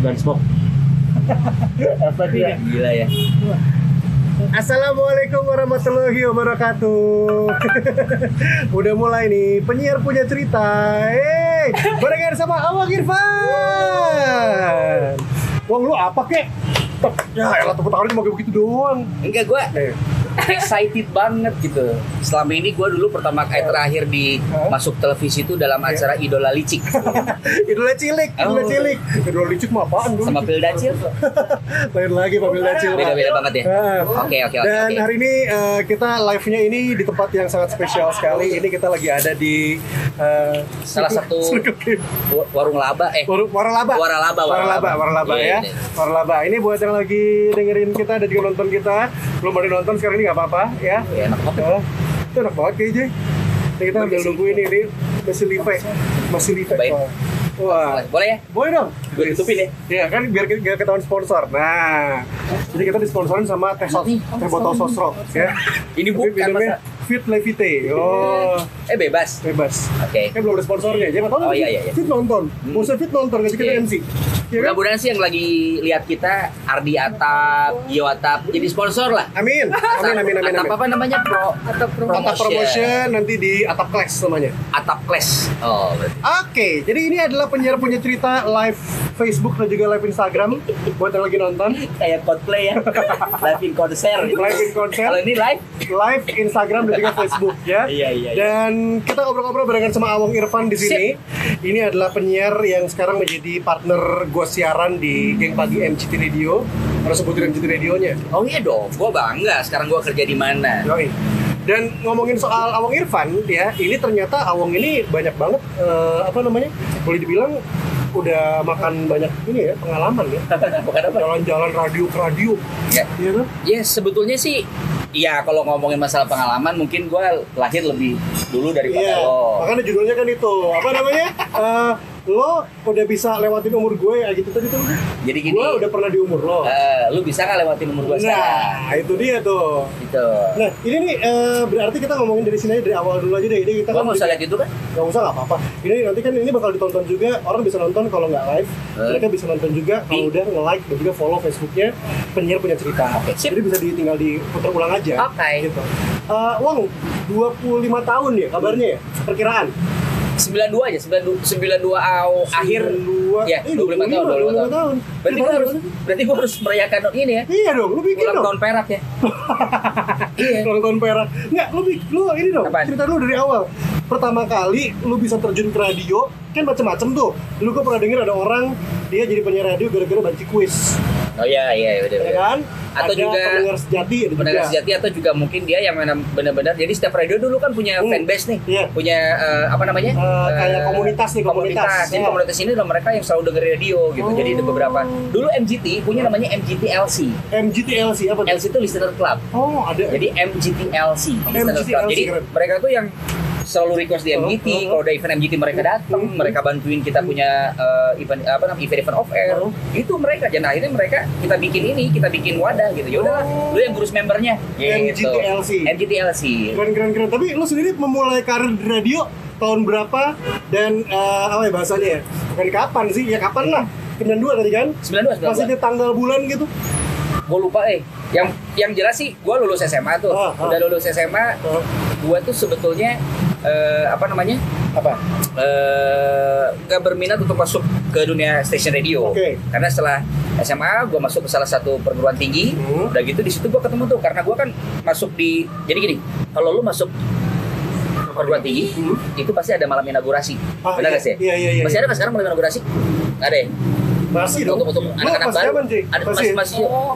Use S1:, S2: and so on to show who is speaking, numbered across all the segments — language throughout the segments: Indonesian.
S1: Gunsmoke. Efeknya
S2: Gila ya.
S1: Assalamualaikum warahmatullahi wabarakatuh. Udah mulai nih penyiar punya cerita. Barengan sama Awang Irfan. Wong lu apa kek? Ya elah tepuk tangannya cuma kayak begitu doang.
S2: Enggak, gue excited banget gitu. Selama ini gue dulu pertama kali terakhir di masuk televisi itu dalam acara Idola Licik.
S1: Idola cilik. Idola licik mah apaan dulu?
S2: Sama Pildacil.
S1: Lain lagi Pak Pildacil.
S2: Beda-beda banget ya. Oke.
S1: Dan hari ini kita live-nya ini di tempat yang sangat spesial sekali. Ini kita lagi ada di
S2: salah satu warung laba
S1: Waralaba ya. Waralaba. Ini buat yang lagi dengerin kita dan juga nonton kita, belum ada nonton sekarang ini nggak apa-apa ya.
S2: Enak banget.
S1: Itu enak banget kayaknya. Ini kita ambil nunggu ini masih live.
S2: Baik.
S1: Wah,
S2: Boleh ya?
S1: boleh dong.
S2: Gue tutupin ya.
S1: Ya kan biar nggak ketahuan sponsor. Nah, jadi kita disponsorin sama teh botol sosro ya.
S2: Ini bukan
S1: minumnya Fit Levite. Oh,
S2: bebas. Oke.
S1: Belum ada sponsornya. Jangan tahu.
S2: Oh, iya.
S1: Fit nonton. Mau Fit nonton nggak sih kita MC? Ya kan?
S2: Mudah-mudahan sih yang lagi lihat kita Ardi Atap, Gio Atap jadi sponsor lah.
S1: Amin.
S2: Atap apa namanya?
S1: Atap promotion nanti di Atap Class namanya.
S2: Atap Class. Oh, berarti.
S1: Oke, jadi ini adalah penyiar punya cerita live Facebook dan juga live Instagram buat yang lagi nonton.
S2: Kayak Coldplay ya. Live in konser.
S1: Live in konser.
S2: Kalau ini live
S1: Instagram dan juga Facebook ya.
S2: Iya.
S1: Dan kita ngobrol-ngobrol barengan sama Awang Irfan di sini. Ini adalah penyiar yang sekarang menjadi partner gue siaran di Geng Pagi MCT Radio. Harus sebutin MCT Radionya.
S2: Oh iya dong, gue bangga sekarang gue kerja di mana.
S1: Yoi. Dan ngomongin soal Awang Irfan ya, ini ternyata Awang ini banyak banget boleh dibilang udah makan banyak ini ya, pengalaman ya.
S2: Bukan apa?
S1: Jalan-jalan radio ke radio.
S2: Ya.
S1: Iya kan?
S2: Ya sebetulnya sih, ya kalau ngomongin masalah pengalaman mungkin gue lahir lebih dulu daripada lo.
S1: Makanya judulnya kan itu, apa namanya? Lo udah bisa lewatin umur gue gitu tadi tuh.
S2: Jadi gini,
S1: gue udah pernah di umur lo.
S2: Lu bisa nggak lewatin umur gue sekarang?
S1: Nah, itu dia tuh.
S2: Gitu.
S1: Nah, ini nih berarti kita ngomongin dari sini aja, dari awal dulu aja deh. Ini kita
S2: Gua nggak usah lihat itu kan?
S1: Nggak usah, nggak apa-apa. Ini nanti kan ini bakal ditonton juga. Orang bisa nonton kalau nggak live. Mereka bisa nonton juga kalau udah nge-like dan juga follow Facebooknya penyiar punya cerita.
S2: Oke, sip.
S1: Jadi bisa ditinggal diputar ulang aja.
S2: Oke.
S1: Gitu. Wang, 25 tahun ya kabarnya ya? Perkiraan?
S2: 92 aja, 92 akhir. Ya, 25 tahun. Berarti gua harus merayakan ini ya.
S1: Iya dong, lu bikin
S2: ulang
S1: dong.
S2: tahun perak ya. Iya.
S1: Ulang tahun perak. Enggak, lu ini dong.
S2: Apaan?
S1: Cerita lu dari awal. Pertama kali lu bisa terjun ke radio, kan macam-macam tuh. Lu kok pernah denger ada orang dia jadi penyiar radio gara-gara banci kuis.
S2: Oh iya, udah.
S1: Ya kan?
S2: Atau
S1: ada
S2: juga
S1: pendengar sejati,
S2: atau juga mungkin dia yang benar-benar jadi setiap radio dulu kan punya fanbase nih.
S1: Iya.
S2: Punya
S1: kayak komunitas nih, komunitas.
S2: Jadi komunitas ini adalah mereka yang selalu denger radio gitu. Jadi ada beberapa. Dulu MGT punya namanya MGT-LC.
S1: MGT-LC apa tuh?
S2: LC itu Listener Club.
S1: Oh, ada.
S2: Jadi MGT-LC, Listener
S1: MGT-LC,
S2: Club. Jadi
S1: keren.
S2: mereka tuh yang selalu request di MGT. Kalau ada event MGT mereka datang, mereka bantuin kita punya event off air. Itu mereka. Dan akhirnya kita bikin wadah gitu. Ya udahlah, lu yang ngurus membernya. Gitu. MGT-LC.
S1: Keren. Tapi lu sendiri memulai karir di radio tahun berapa dan bahasanya ya? Bukan kapan sih? Ya kapan lah? 92 tadi kan?
S2: 92.
S1: Masih di tanggal bulan gitu?
S2: Gue lupa yang jelas sih gue lulus SMA tuh. Udah lulus SMA, gue tuh sebetulnya gak berminat untuk masuk ke dunia station radio. Karena setelah SMA gue masuk ke salah satu perguruan tinggi. Udah gitu di situ gue ketemu tuh, karena gue kan masuk di, jadi gini, kalau lu masuk perguruan tinggi itu pasti ada malam inaugurasi. Benar gak sih?
S1: Iya.
S2: Masih ada nggak sekarang malam inaugurasi? Nggak ada ya?
S1: Masih dong.
S2: Untuk anak-anak baru. Ada masih. Lu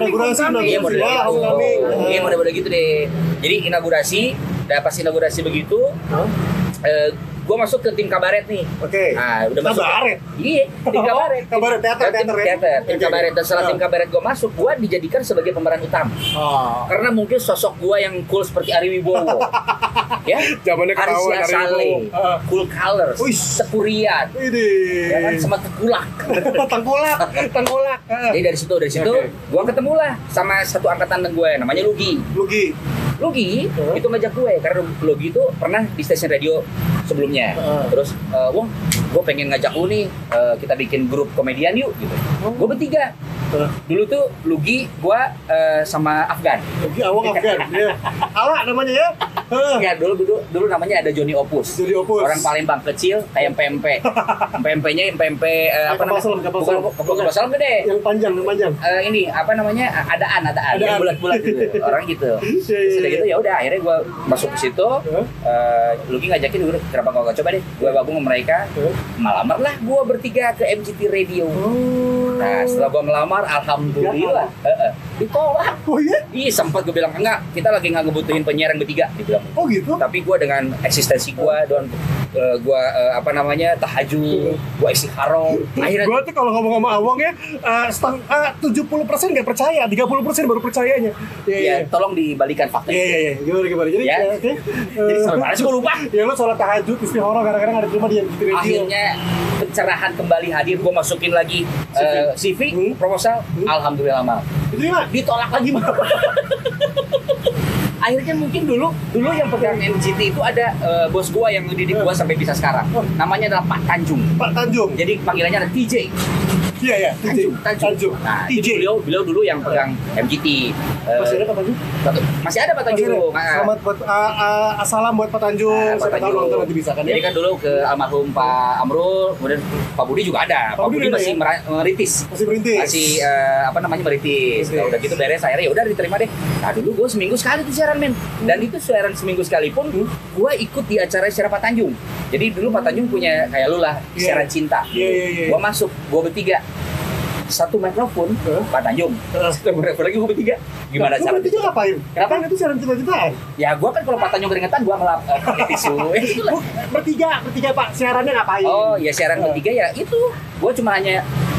S2: Iya, model gitu deh. Jadi inaugurasi, pas inaugurasi begitu, gue masuk ke tim kabaret nih. Nah, udah masuk.
S1: Kabaret?
S2: Iya, tim kabaret.
S1: Kabaret teater.
S2: Tim kabaret. Dan setelah tim kabaret gue masuk, gue dijadikan sebagai pemeran utama. Karena mungkin sosok gue yang cool seperti Ari Wibowo. Ya,
S1: zamannya ketahuan
S2: Arsya Saleh, Cool Colors, Sepurian, ya kan, sama Tengkulak.
S1: Tengkulak.
S2: Jadi dari situ gue ketemu lah sama satu angkatan gue, namanya Lugi itu ngajak gue karena Lugi itu pernah di stasiun radio sebelumnya. Terus Wong, gue pengen ngajak lu nih, kita bikin grup komedian yuk gitu. Gue bertiga. Dulu tuh Lugi, gue sama Afgan.
S1: Lugi, Awang, Afgan. Ya. Ala namanya ya?
S2: Ya dulu namanya ada Johnny Opus.
S1: Johnny Opus.
S2: Orang Palembang kecil kayak pempek. Pempeknya pempek apa namanya? Bukan kapal gede.
S1: Yang panjang.
S2: Ini apa namanya? Adaan yang bulat-bulat gitu. Orang gitu. Sudah gitu ya udah akhirnya gue masuk ke situ. Lugi ngajakin gue, kenapa gak coba deh? Gue gabung sama mereka. Melamar lah gue bertiga ke MCT Radio. Nah setelah gue melamar, alhamdulillah ditolak.
S1: Oh iya?
S2: Ih sempat gue bilang enggak, kita lagi nggak ngebutuhin penyiar yang bertiga dibilang.
S1: Oh gitu?
S2: Tapi gue dengan eksistensi gue dan gue apa namanya tahajud, gue istiharo. Akhirnya
S1: gue tuh kalau ngomong sama Awang ya 70% nggak percaya, 30% baru percayanya.
S2: Ya, tolong dibalikan fakta.
S1: Iya. Gimana? Jadi
S2: ya.
S1: Oke.
S2: Jadi sampai mana sih gue lupa.
S1: Ya lu sholat tahajud, istihara kadang-kadang ada terima di radio.
S2: Akhirnya pencerahan kembali hadir, gue masukin lagi CV, proposal, alhamdulillah mal.
S1: Diterima?
S2: Ditolak lagi mal. Akhirnya mungkin dulu yang pegang MCT itu ada bos gua yang ngedidik gua sampai bisa sekarang. Namanya adalah Pak Tanjung.
S1: Pak Tanjung.
S2: Jadi panggilannya ada TJ.
S1: Iya.
S2: Tanjung. Nah, TJ. Beliau dulu yang pegang MCT.
S1: Masih ada Pak Tanjung?
S2: Masih ada Pak Tanjung.
S1: Selamat buat salam buat Pak Tanjung. Siapa tahu nonton nanti bisa kan ya.
S2: Jadi kan dulu ke almarhum Pak Amrul, kemudian Pak Budi juga ada. Pak Budi masih merintis. Masih merintis. Nah, udah gitu beres akhirnya ya udah diterima deh. Nah, dulu gua seminggu sekali tuh siaran men. Dan itu siaran seminggu sekali pun gue ikut di acara siaran Pak Tanjung. Jadi dulu Pak Tanjung punya kayak lu lah siaran cinta. Gue masuk, gue bertiga. Satu mikrofon Pak Tanjung. Satu mikrofon lagi gue bertiga. Gimana cara?
S1: Bertiga ngapain? Kenapa itu siaran cinta-cintaan?
S2: Ya gue kan kalau Pak Tanjung keringetan gue ngelap pakai tisu.
S1: Bertiga Pak, siarannya ngapain?
S2: Oh ya siaran bertiga ya itu. Gue cuma hanya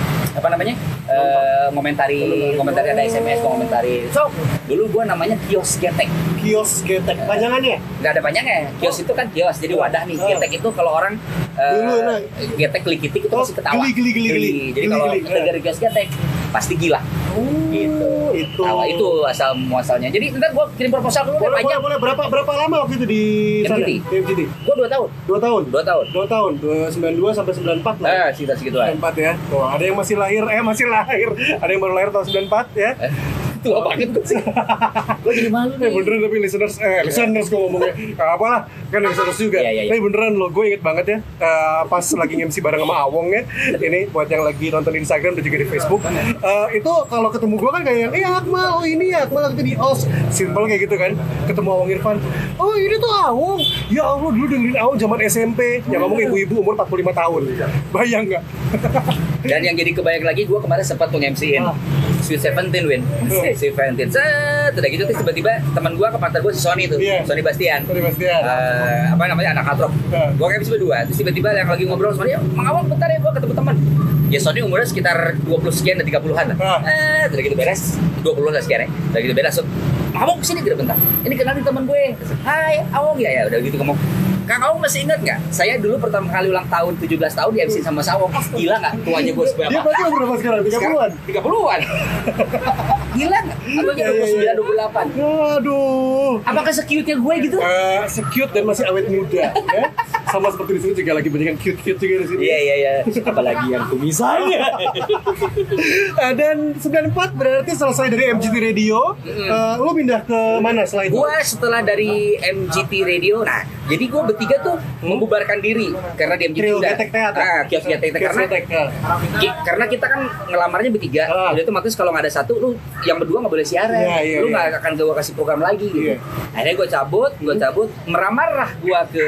S2: ngomentari ada SMS, komentari. So, dulu gua namanya Kios Getek. Panjangannya? Nggak ada panjangnya. Kios itu kan kios, jadi wadah nih. Getek itu kalau orang getek likitik itu masih ketawa.
S1: Geli.
S2: Jadi kalau dengar Kios Getek pasti gila. Gitu. Itu asal muasalnya. Jadi ntar gua kirim proposal dulu deh panjang.
S1: Boleh. Berapa lama waktu itu di sana? MCT. Gua
S2: 2 tahun.
S1: 2 tahun. 92 sampai 94 lah.
S2: Sekitar segituan.
S1: 94 ya. Wah, ada yang masih lahir. Ada yang baru lahir tahun 94 ya.
S2: Tua banget gue sih. Gue jadi malu nih.
S1: Beneran tapi listeners gue ngomongnya apalah kan listeners juga. Tapi beneran loh, gue inget banget ya pas lagi MC bareng sama Awong ya. Ini buat yang lagi nonton di Instagram dan juga di Facebook. Itu kalau ketemu gue kan kayak Akmal, oh ini ya Akmal lagi di OS. Simple kayak gitu kan. Ketemu Awong Irfan. Oh ini tuh Awong. Ya Allah dulu dengerin Awong zaman SMP. Yang ngomong ibu-ibu umur 45 tahun. Bayang nggak?
S2: Dan yang jadi kebayang lagi gue kemarin sempat nge-MC-in Sweet Seventeen Win. Sweet Seventeen. Udah gitu terus tiba-tiba teman gue ke partner gue si Sony tuh. Sony Bastian. Anak Katrok. Gue kayak berdua. Terus tiba-tiba yang lagi ngobrol sama dia, Mang Awang bentar ya gue ketemu teman. Ya Sony umurnya sekitar 20 sekian dan 30-an lah. Udah gitu beres. 20 lah sekian ya. Udah gitu beres. Mang Awang kesini tidak bentar. Ini kenalin teman gue. Hai Awang ya. Udah gitu ngomong. Kang Awang masih ingat nggak? Saya dulu pertama kali ulang tahun 17 tahun di MC sama Sawong. Gila nggak? Tuanya gue seberapa?
S1: Dia berapa sekarang? 30-an?
S2: 30-an. Gila nggak? Abangnya 29, 28.
S1: Aduh.
S2: Apakah se-cute-nya gue gitu?
S1: Se-cute dan masih awet muda. Ya? Sama seperti di sini juga lagi banyak yang cute-cute juga di sini.
S2: Iya. Apalagi yang kumisannya.
S1: Dan 94 berarti selesai dari MCT Radio. Lo pindah ke mana setelah itu?
S2: Gue setelah dari MCT Radio, nah jadi gue bertiga tuh membubarkan diri karena di MCT udah Kios Getek karena kita kan ngelamarnya bertiga. Jadi itu makanya kalau nggak ada satu lu yang berdua nggak boleh siaran. Lu nggak akan gue kasih program lagi gitu. Akhirnya gue cabut meramarlah gue ke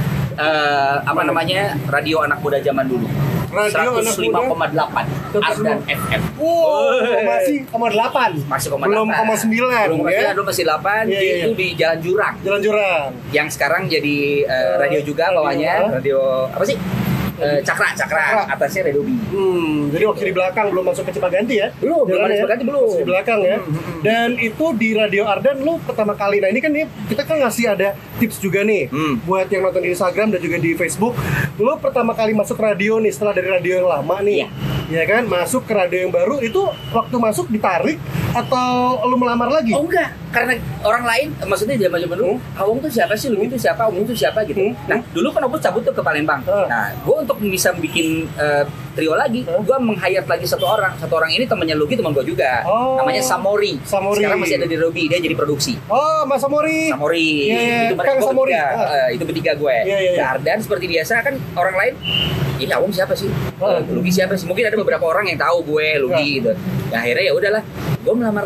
S2: radio anak muda zaman dulu. 105,8 Ardan FM.
S1: Masih 8. Belum 9.
S2: Belum masih 8. Itu di Jalan Jurang. Yang sekarang jadi radio juga bawahnya. Radio apa sih? Cakra. Atasnya Radio B.
S1: Jadi waktu di belakang belum masuk ke Cipaganti ya?
S2: Belum masuk Cipaganti belum.
S1: Masih di belakang ya. Dan itu di Radio Ardan lu pertama kali. Nah ini kan nih kita kan ngasih ada tips juga nih buat yang nonton di Instagram dan juga di Facebook. Lu pertama kali masuk radio nih setelah dari radio yang lama nih. ya kan, masuk ke radio yang baru. Itu waktu masuk ditarik atau lu melamar lagi?
S2: Oh enggak, karena orang lain, maksudnya zaman-zaman dulu, Awong tuh siapa sih, Lugi tuh siapa, Awong tuh siapa gitu. Nah, dulu kan Opus cabut tuh ke Palembang. Nah, gue untuk bisa bikin trio lagi, gue meng-hire lagi satu orang. Satu orang ini temannya Lugi, teman gue juga. Namanya Samori. Sekarang masih ada di Robi, dia jadi produksi.
S1: Oh, Mas Samori.
S2: Itu
S1: Kang Samori.
S2: Itu bertiga gue. Dan seperti biasa kan orang lain, ini Awong siapa sih? Lugi siapa sih? Mungkin ada beberapa orang yang tahu gue Lugi gitu. Nah, akhirnya ya udahlah, gue melamar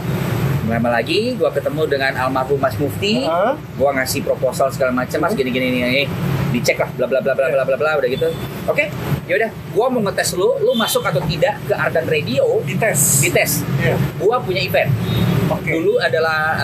S2: lagi, gue ketemu dengan almarhum Mas Mufti, gue ngasih proposal segala macam, Mas gini, dicek lah, bla bla bla bla bla bla bla, udah gitu. Oke, yaudah, gue mau ngetes lu masuk atau tidak ke Ardan Radio.
S1: Dites.
S2: Gue punya event. Dulu adalah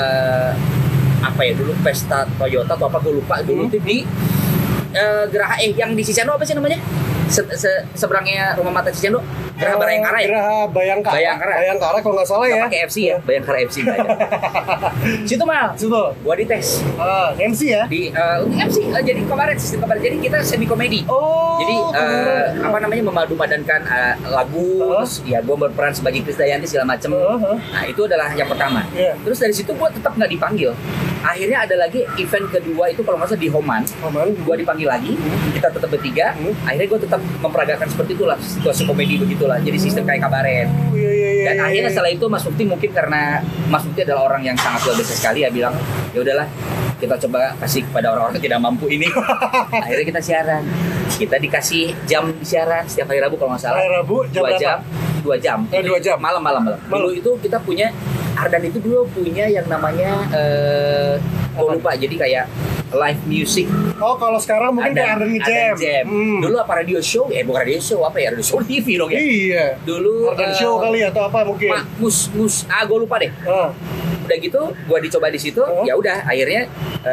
S2: dulu pesta Toyota atau apa, gue lupa. Dulu tuh di Geraha yang di Cicendo apa sih namanya? Seberangnya Rumah Makan Cicendo, Geraha Bayangkara ya?
S1: Geraha Bayangkara kalau nggak salah ya.
S2: Pakai FC ya, Bayangkara FC nggak ada. Situ mal. Gua dites.
S1: MC ya?
S2: Di MC. Jadi kemarin jadi kita semi komedi. Jadi memadu-padankan lagu. Terus ya gua berperan sebagai Krisdayanti segala macem. Nah itu adalah yang pertama. Terus dari situ gua tetap nggak dipanggil. Akhirnya ada lagi event kedua itu kalau nggak salah di Homan. Gua dipanggil lagi. Kita tetap bertiga. Akhirnya gua tetap memperagakan seperti itulah, situasi komedi begitulah, jadi sistem kayak kabaret. Dan akhirnya setelah itu Mas Mufti, mungkin karena Mas Mufti adalah orang yang sangat luar biasa sekali, ya bilang ya udahlah kita coba kasih kepada orang-orang yang tidak mampu ini. Akhirnya kita siaran, kita dikasih jam siaran setiap hari Rabu kalau nggak salah.
S1: Hari Rabu jam
S2: 2 jam. 2 jam. Malam. Dulu itu kita punya Ardan itu dulu punya yang namanya gue lupa, jadi kayak live music.
S1: Kalau sekarang mungkin kayak Ardan Jam.
S2: Dulu apa radio show? Bukan radio show, apa ya? Radio show TV dong ya?
S1: Iya.
S2: Dulu
S1: Ardan show kali atau apa mungkin?
S2: Gue lupa deh. Udah gitu, gue dicoba di situ. Ya udah, akhirnya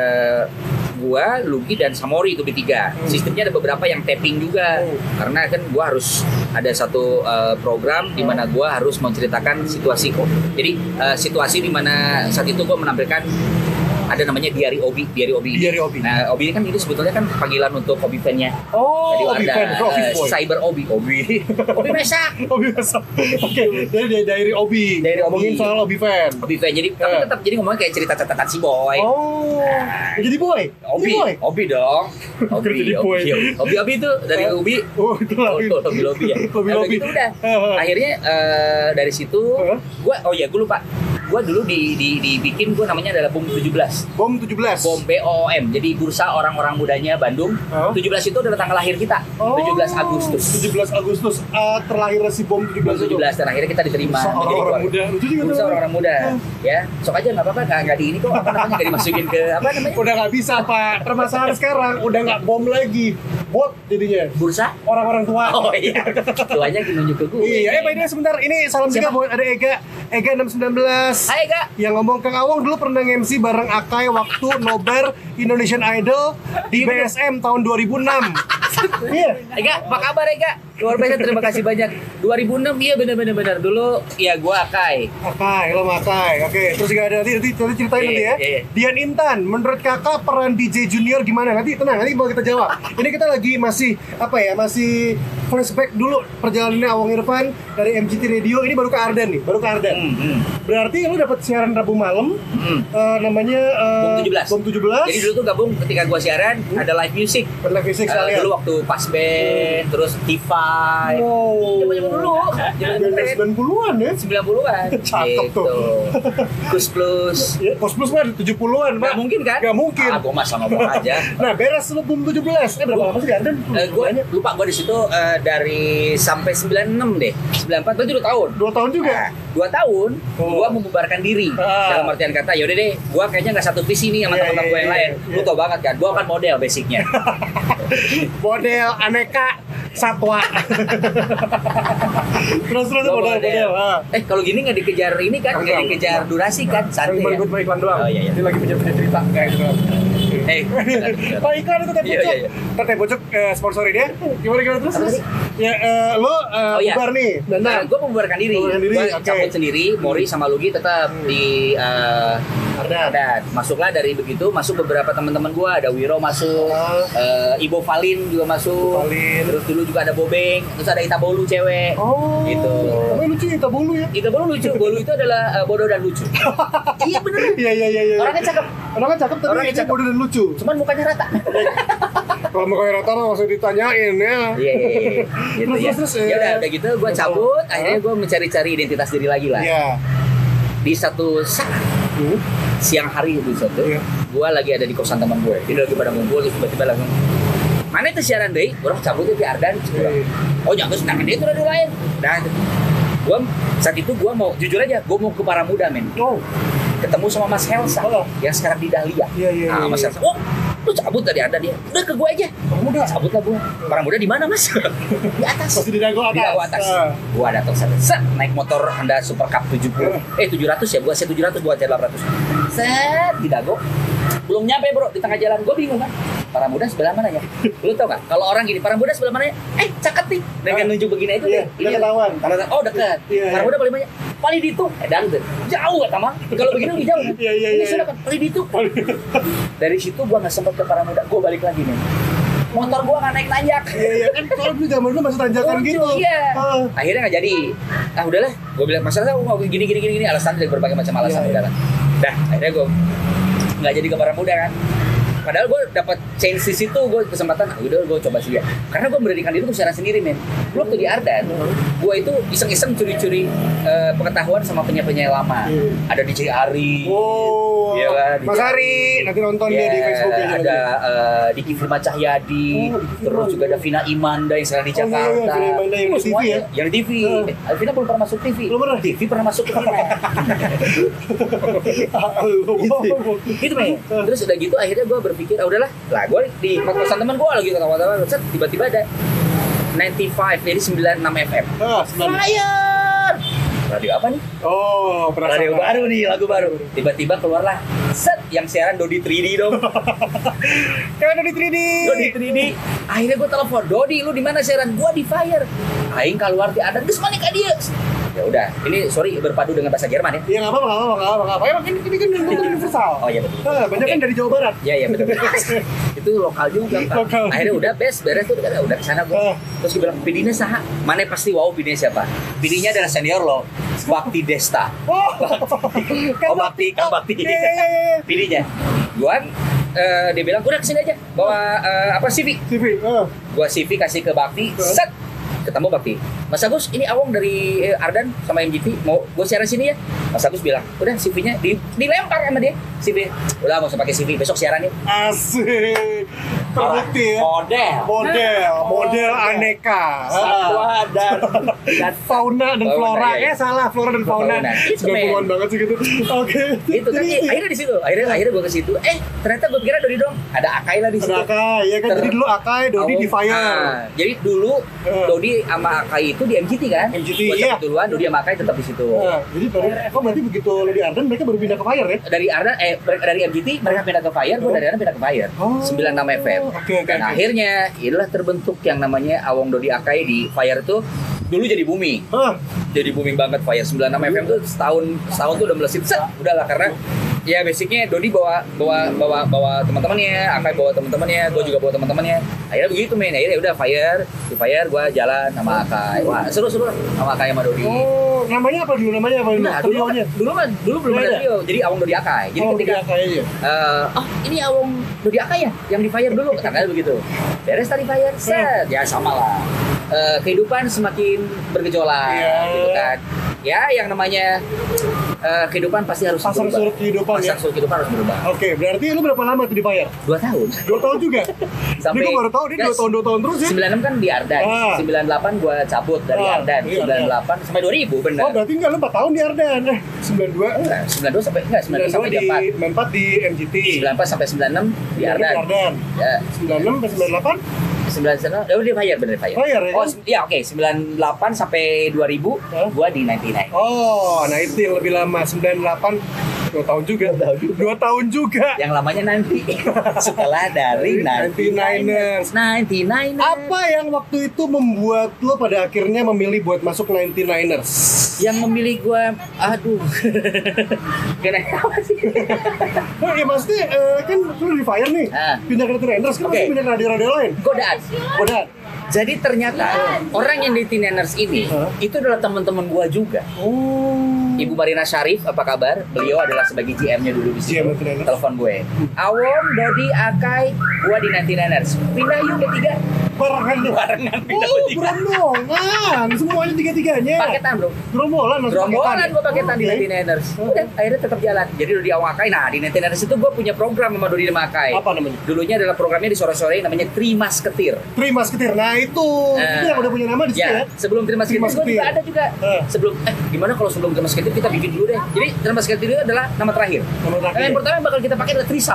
S2: gua, Lugi dan Samori itu bertiga. Sistemnya ada beberapa yang tapping juga. Karena kan gua harus ada satu program di mana gua harus menceritakan situasi kok. Jadi situasi di mana saat itu gua menampilkan ada namanya Diary Obi. Nah, Obi ini kan itu sebetulnya kan panggilan untuk Obi fan-nya. Jadi
S1: Obi
S2: ada
S1: fan,
S2: Cyber Obi Mesak.
S1: Oke, jadi Diary Obi. Ngomongin soal Obi fan.
S2: Jadi tapi tetap jadi ngomongnya kayak cerita catatan si boy.
S1: Jadi boy.
S2: Obi dong. Obi itu dari Ubi.
S1: Itu
S2: Lobby ya. Lobby itu udah. Akhirnya dari situ gue lupa. Gue dulu dibikin gue namanya adalah BOM 17. BOM BOOM. Jadi Bursa Orang-Orang Mudanya Bandung. 17 itu adalah tanggal lahir kita. 17 Agustus.
S1: Terlahir si BOM 17 itu.
S2: Dan akhirnya kita diterima menjadi keluarga. Bursa Orang-Orang Muda. Ya, sok aja nggak apa-apa, nggak di ini kok nggak dimasukin ke apa namanya?
S1: Udah nggak bisa Pak. Permasalahan sekarang udah nggak BOM lagi. Bot jadinya.
S2: Bursa
S1: Orang-Orang tua.
S2: Oh iya. Tuanya nunjuk ke gue.
S1: Iya, Pak ini sebentar. Ini salam juga buat ada Ega 619.
S2: Hai Ega.
S1: Yang ngomong Kang Awong dulu pernah MC bareng Akai waktu nobar Indonesian Idol di BSM tahun 2006. Iya.
S2: Ega, apa kabar Ega? Luar biasa, terima kasih banyak. 2006, iya benar. Dulu ya gua Akai,
S1: lo Akai. Oke, terus juga ada nanti ceritain nanti ya. Dian Intan, menurut Kakak peran DJ Junior gimana? Nanti tenang, nanti mau kita jawab. Ini kita lagi masih flashback dulu perjalanannya Awong Irfan dari MCT Radio. Ini baru ke Ardan nih, Berarti lu dapat siaran Rabu malam, namanya BOM 17.
S2: Jadi dulu tuh gabung ketika gua siaran ada live music. Dulu waktu pas band, terus T5. Zaman-zaman dulu.
S1: Zaman 90-an ya?
S2: 90-an.
S1: Cakep tuh.
S2: Kus Plus.
S1: Kus Plus mah 70-an, Pak.
S2: Gak mungkin kan?
S1: Gak mungkin.
S2: Gua masa ngomong aja.
S1: Nah, beres lu BOM 17. Berapa lama sih di Ardan?
S2: Gua lupa, gua di situ dari sampai 96 deh. 94 berarti 2 tahun.
S1: 2 tahun juga?
S2: 2 tahun, gua membubarkan diri. Dalam artian kata, yaudah deh, gua kayaknya nggak satu visi nih sama teman-teman gua yang lain. Lu tau banget kan, gua kan model basicnya.
S1: Model aneka satwa. terus model.
S2: Kalau gini nggak dikejar ini kan, nggak dikejar durasi kan, santai ya.
S1: Gue iklan doang.
S2: Iya.
S1: Ini lagi punya cerita kayak gitu. Iklan itu Teh Bocok sponsorin ya. Gimana terus? Ya lo bubar nih.
S2: Gue membubarkan diri. Gue cabut sendiri. Mori sama Lugi tetap di Ardan. Masuklah dari begitu, masuk beberapa teman-teman gua, ada Wiro masuk, Ibo Valin juga masuk. Terus dulu juga ada Bobeng, terus ada Ita Bolu cewek.
S1: Oh.
S2: Gitu.
S1: Tapi lucu Ita Bolu ya.
S2: Ita Bolu lucu. Bolu itu adalah bodoh dan lucu. Iya bener.
S1: Iya.
S2: Orangnya cakep.
S1: Orangnya cakep tapi
S2: Orangnya cakep.
S1: bodoh dan lucu.
S2: Cuman mukanya rata.
S1: Kalau mukanya rata mah langsung ditanyain ya.
S2: Iya. Gitu ya.
S1: Terus,
S2: Ya udah gitu gua cabut, akhirnya gua mencari-cari identitas diri lagi lah.
S1: Iya.
S2: Di satu saat siang hari itu gue lagi ada di kosan teman gue, jadi lagi pada ngumpul, tiba-tiba langsung mana itu siaran deh, orang cabut di Ardan, oh jangan sedangkan dia itu udah lain, dan gue saat itu gue mau jujur aja, gue mau ke Paramuda men, ketemu sama Mas Helsa yang sekarang di Dahlia, Mas Helsa, lu cabut tadi ada dia, udah ke gue aja, Paramuda, cabut lah gue, Paramuda di mana mas? Di atas,
S1: masih di Dago atas,
S2: di Dago atas, gue datang set, naik motor Honda Super Cup 700 ya, gue 700 buat 800, set di Dago, belum nyampe bro di tengah jalan, gue bingung kan, Paramuda sebelah mana ya? Lu tau gak? Kalau orang gini, Paramuda sebelah mana ya? Cakep nih, dengan nunjuk begini itu deh,
S1: ini ketahuan,
S2: oh deket, Paramuda paling banyak. Paling ditu, dan jauh gak Tama? Kalau begini lebih jauh. Ini sudah kan paling ditu. Dari situ gua nggak sempat ke Paramuda, gua balik lagi nih. Motor gua nggak naik nanjak.
S1: Iya kan kalau dulu zaman dulu masih tanjakan gitu.
S2: Iya. Akhirnya nggak jadi. Udahlah, gua bilang masalah mau gini alasan dari berbagai macam alasan udahlah. Dah, akhirnya gua nggak jadi ke Paramuda kan. Padahal gue dapat chance di situ, gue kesempatan, udah gue coba sih ya. Karena gue mendirikan diri tuh secara sendiri men. Gue waktu di Ardan, gue itu iseng-iseng curi-curi pengetahuan sama penyanyi-penyanyi lama. Ada DJ Ari,
S1: iya kan? Mas Ari, nanti nonton dia di Facebook ya.
S2: Ada Diki Firman Cahyadi, terus juga ada Vina Imanda yang sekarang di Jakarta.
S1: Vina Imanda yang di TV ya?
S2: Yang di TV. Vina belum pernah masuk TV.
S1: Belum pernah?
S2: TV pernah masuk ke Vina. Gitu men. Terus udah gitu akhirnya gue berpikir, udahlah, gue di kosan teman gue lagi ketawa-tawa, tiba-tiba ada 95, jadi 96 FM. Fire! Radio apa nih?
S1: Oh,
S2: radio baru nih, lagu baru. Tiba-tiba keluarlah, yang siaran Dodi 3D dong.
S1: Kayak Dodi 3D.
S2: Akhirnya gue telepon, Dodi, lu di mana siaran? Gue di Fire. Aing keluar di Adan, geus manik ka dieu. Ya udah, ini sorry berpadu dengan bahasa Jerman ya.
S1: Iya enggak apa-apa. Ini kan universal.
S2: Oh iya betul.
S1: Banyak kan dari Jawa Barat.
S2: Iya betul. Itu lokal juga kan. Akhirnya udah beres tuh udah kesana gua. Terus gue bilang, "Pidinya saha?" Mana pasti wow, pidinya siapa? Pidinya adalah senior lo, Bakti Desta. Kang Bakti. Pidinya. Gua dia bilang, "Udah kesini aja. Bawa CV." Gua CV kasih ke Bakti. Set. Ketemu Bakti, Mas Agus, ini Awong dari Ardan sama MGT, mau gue siaran sini ya. Mas Agus bilang, udah CV-nya dilempar sama dia. CV, udah mau usah pakai CV, besok siaran yuk.
S1: Asik, terbukti ya. Model aneka.
S2: Satwa dan
S1: fauna dan flora. Salah, flora dan fauna. 90-an banget sih gitu. Oke.
S2: Itu kan akhirnya di situ. Akhirnya gue ke situ. Ternyata gue kira Dodi dong. Ada Akai lah di situ.
S1: Ada Akai, ya kan. Jadi dulu Akai, Dodi di Fire.
S2: Jadi dulu Dodi sama Akai itu di MGT kan?
S1: MGT,
S2: iya. Duluan Dodi sama Akai tetap di situ.
S1: Jadi berarti begitu lo di Ardan mereka baru pindah ke Fire ya?
S2: Dari Ardan, dari MGT mereka pindah ke Fire, gue dari Ardan pindah ke Fire. 96 FM. Dan akhirnya inilah terbentuk yang namanya Awong Dodi Akai di Fire itu dulu jadi booming. Jadi booming banget Fire 96 FM tuh setahun tuh udah melesit. Udahlah karena ya basicnya Dodi bawa teman-temannya, Akai bawa teman-temannya, gue juga bawa teman-temannya. Akhirnya begitu men. Akhirnya udah di Fire gue jalan sama Akai. Wah seru lah sama Akai sama Dodi.
S1: Oh namanya apa dulu?
S2: Dulu belum ada trio. Jadi Awong Dodi Akai. Jadi ketika ini Awong Dodi Akai ya yang di Fire dulu. Katanya begitu. Beres tadi Fire set ya sama lah. Kehidupan semakin bergejolak gitu kan. Ya yang namanya kehidupan pasti harus
S1: pasang surut kehidupan
S2: harus berubah.
S1: Oke, berarti lu berapa lama tuh di Fire?
S2: 2 tahun.
S1: 2 tahun juga?
S2: Sampai
S1: ini gue baru tahu dia 2 tahun terus ya?
S2: 96 kan di Ardan, 98 gue cabut dari Ardan, 98 sampai 2000 benar.
S1: Oh berarti enggak lu 4 tahun di Ardan? 92?
S2: Enggak, 92 sampai
S1: 94 di MGT
S2: 94 sampai 96 di Ardan.
S1: Ya. 96 sampai 98?
S2: 99, di Fire bener Fire.
S1: Fire ya?
S2: Oh iya oke, 98 sampai 2000 gua di 99.
S1: Oh, nah itu yang lebih lama 98 2 tahun juga. 2 tahun juga.
S2: Yang lamanya nanti setelah dari
S1: 99ers. Apa yang waktu itu membuat lo pada akhirnya memilih buat masuk 99ers?
S2: Yang memilih gue, aduh, kenapa sih?
S1: Oh ya maksudnya kan lo di Fire nih, pindah ke 99ers kan masih pindah ke radio-radio lain.
S2: Godaan. Jadi ternyata orang yang di Niners ini itu adalah teman-teman gua juga. Ibu Marina Syarif, apa kabar? Beliau adalah sebagai GM-nya dulu di situ. Telepon gue. Awom, Dodi, Akai, gua di Niners. Pindah yuk ketiga.
S1: Barengan berombongan, semuanya tiga-tiganya.
S2: Paketan bro.
S1: Gerombolan
S2: gua paketan di Niners. Udah, akhirnya tetap jalan. Jadi Dodi sama Akai, nah di Niners itu gua punya program sama Dodi sama Akai.
S1: Apa namanya?
S2: Dulunya adalah programnya di sore-sore namanya Trimasketir.
S1: Nah itu yang udah punya nama di sini ya.
S2: Sebelum Trimasketir gua juga ada juga. Sebelum gimana kalau sebelum Trimasketir kita bikin dulu deh. Jadi Trimasketir itu adalah nama terakhir. Yang pertama yang bakal kita pakai adalah Trisam.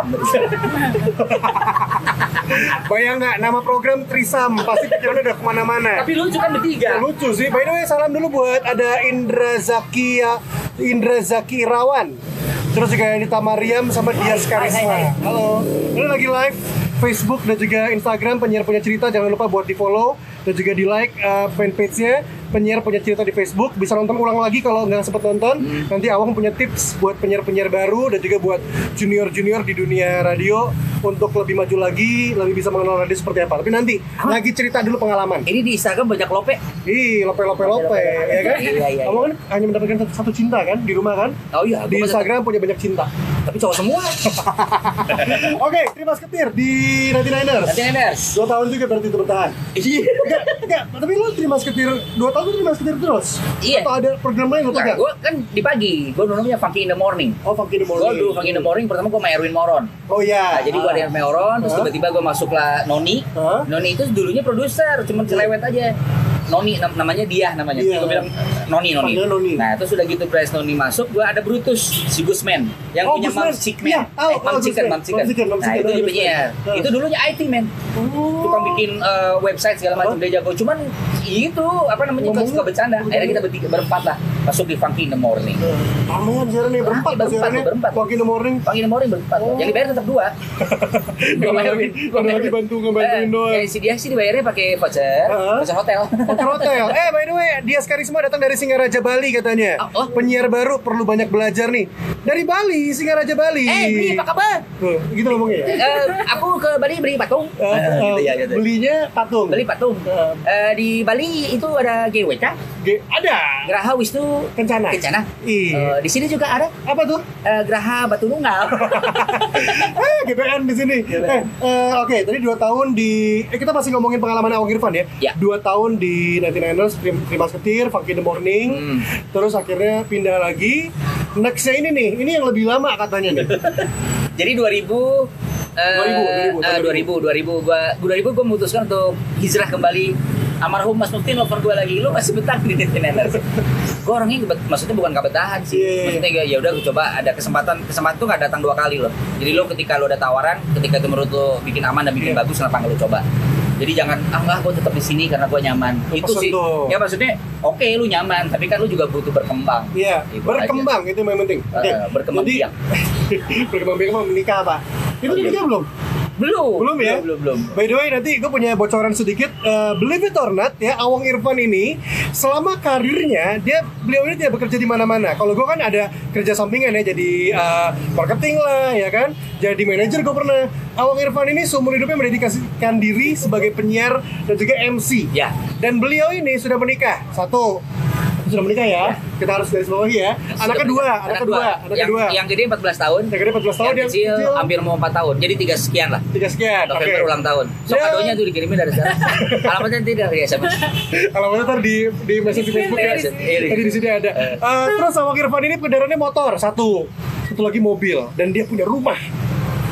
S1: Bayang nggak nama program Trisam pasti pikirannya udah kemana-mana.
S2: Tapi lucu kan bertiga.
S1: Lucu sih. By the way salam dulu buat ada Indra Zaki Irawan. Terus juga Anita Mariam sama Dias Karisma. Halo. Ini lagi live Facebook dan juga Instagram Penyiar Punya Cerita. Jangan lupa buat di follow dan juga di like fanpage-nya Penyiar Punya Cerita di Facebook. Bisa nonton ulang lagi kalau nggak sempat nonton. Nanti Awang punya tips buat penyiar-penyiar baru dan juga buat junior-junior di dunia radio untuk lebih maju lagi, lebih bisa mengenal radio seperti apa. Tapi nanti lagi cerita dulu pengalaman.
S2: Ini di Instagram banyak lope.
S1: Lope, ya kan?
S2: Iya.
S1: Kamu kan hanya mendapatkan satu cinta kan di rumah kan?
S2: Oh iya.
S1: Di Instagram punya banyak cinta.
S2: Tapi cowok semua.
S1: Oke, Trimasketir di 99ers. 2 tahun juga berarti itu bertahan.
S2: Iya.
S1: Enggak, tapi lu Trimasketir 2 tahun tuh Trimasketir terus?
S2: Iya.
S1: Atau ada program lain lu pegang?
S2: Gue kan di pagi, gue namanya Funky in the Morning.
S1: Oh, Funky in the Morning.
S2: Gue dulu Funky in the Morning, pertama gue sama Erwin Moron.
S1: Oh iya.
S2: Nah, jadi gue ada Erwin Moron, terus tiba-tiba gue masuklah Noni. Noni itu dulunya produser, cuma celewet aja. Noni namanya dia namanya.
S1: Iya.
S2: Gue bilang Noni. Nah, terus sudah gitu Pres Noni masuk, gue ada Brutus, si Gusman yang punya Mam Chicken.
S1: Iya,
S2: Mam Chicken. Nah, itu dia penyiar. Itu dulunya IT man. Tukang bikin website segala macam dia jago. Cuman itu apa namanya suka bercanda. Akhirnya kita berempat lah masuk di Funky in the Morning.
S1: Ramean siarannya berempat. Funky in the Morning
S2: berempat. Yang dibayar tetap 2.
S1: Gue lagi ngebantuin doang.
S2: Si dia sih dibayarnya pakai voucher hotel.
S1: Hotel. By the way, Dias Karisma datang dari Singaraja Bali katanya. Penyiar baru perlu banyak belajar nih. Dari Bali, Singaraja Bali.
S2: Beli apa kabar?
S1: Gitu ngomongnya ya?
S2: Aku ke Bali beli patung.
S1: Gitu. Belinya patung.
S2: Beli patung. Di Bali itu ada GWK.
S1: Ada.
S2: Geraha Wisnu
S1: Kencana.
S2: Di sini juga ada.
S1: Apa tuh?
S2: Geraha Batu Nunggal.
S1: GPN di sini. Oke, tadi 2 tahun di kita masih ngomongin pengalaman Awang Irfan ya. 2 tahun di 99ers, Trimasketir, Funky in the Morning. Terus akhirnya pindah lagi. Nextnya ini yang lebih lama katanya nih.
S2: Jadi 2000 gue memutuskan untuk hijrah kembali. Almarhum Mas Mukti nelfon gue lagi, lu masih betah di Niners. Gue orangnya maksudnya bukan kebetahan sih. Maksudnya ya udah gue coba, ada kesempatan tuh nggak datang 2 kali loh. Jadi lo ketika lo ada tawaran, ketika itu menurut lo bikin aman dan bikin bagus, kenapa nggak lo coba? Jadi jangan gue tetap di sini karena gue nyaman. Itu sih. Ya maksudnya oke, lu nyaman, tapi kan lu juga butuh berkembang.
S1: Iya. Berkembang aja. Itu yang penting.
S2: Berkembang biak.
S1: Berkembang biak menikah apa? Itu nikah belum? Belum ya?
S2: Belum.
S1: By the way, nanti gue punya bocoran sedikit. Believe it or not ya, Awang Irfan ini selama karirnya beliau ini tidak bekerja di mana-mana. Kalau gue kan ada kerja sampingan ya, jadi marketing lah ya kan, jadi manajer gue pernah. Awang Irfan ini seumur hidupnya mendedikasikan diri sebagai penyiar dan juga MC.
S2: Ya.
S1: Dan beliau ini sudah menikah. Sudah menikah ya? Kita harus garis bawahi ya. Anak kedua.
S2: Yang gede 14 tahun.
S1: Yang gede 14 tahun.
S2: Yang kecil hampir mau 4 tahun. Jadi 3 sekian lah.
S1: 3 sekian.
S2: November ulang tahun. So kadonya tuh dikirimin dari sana. Alamatnya nanti dari SMS.
S1: Alamatnya ntar di message di Facebook ya. Tadi di sini ada. Terus Awang Irfan ini kendaraannya motor satu lagi mobil, dan dia punya rumah.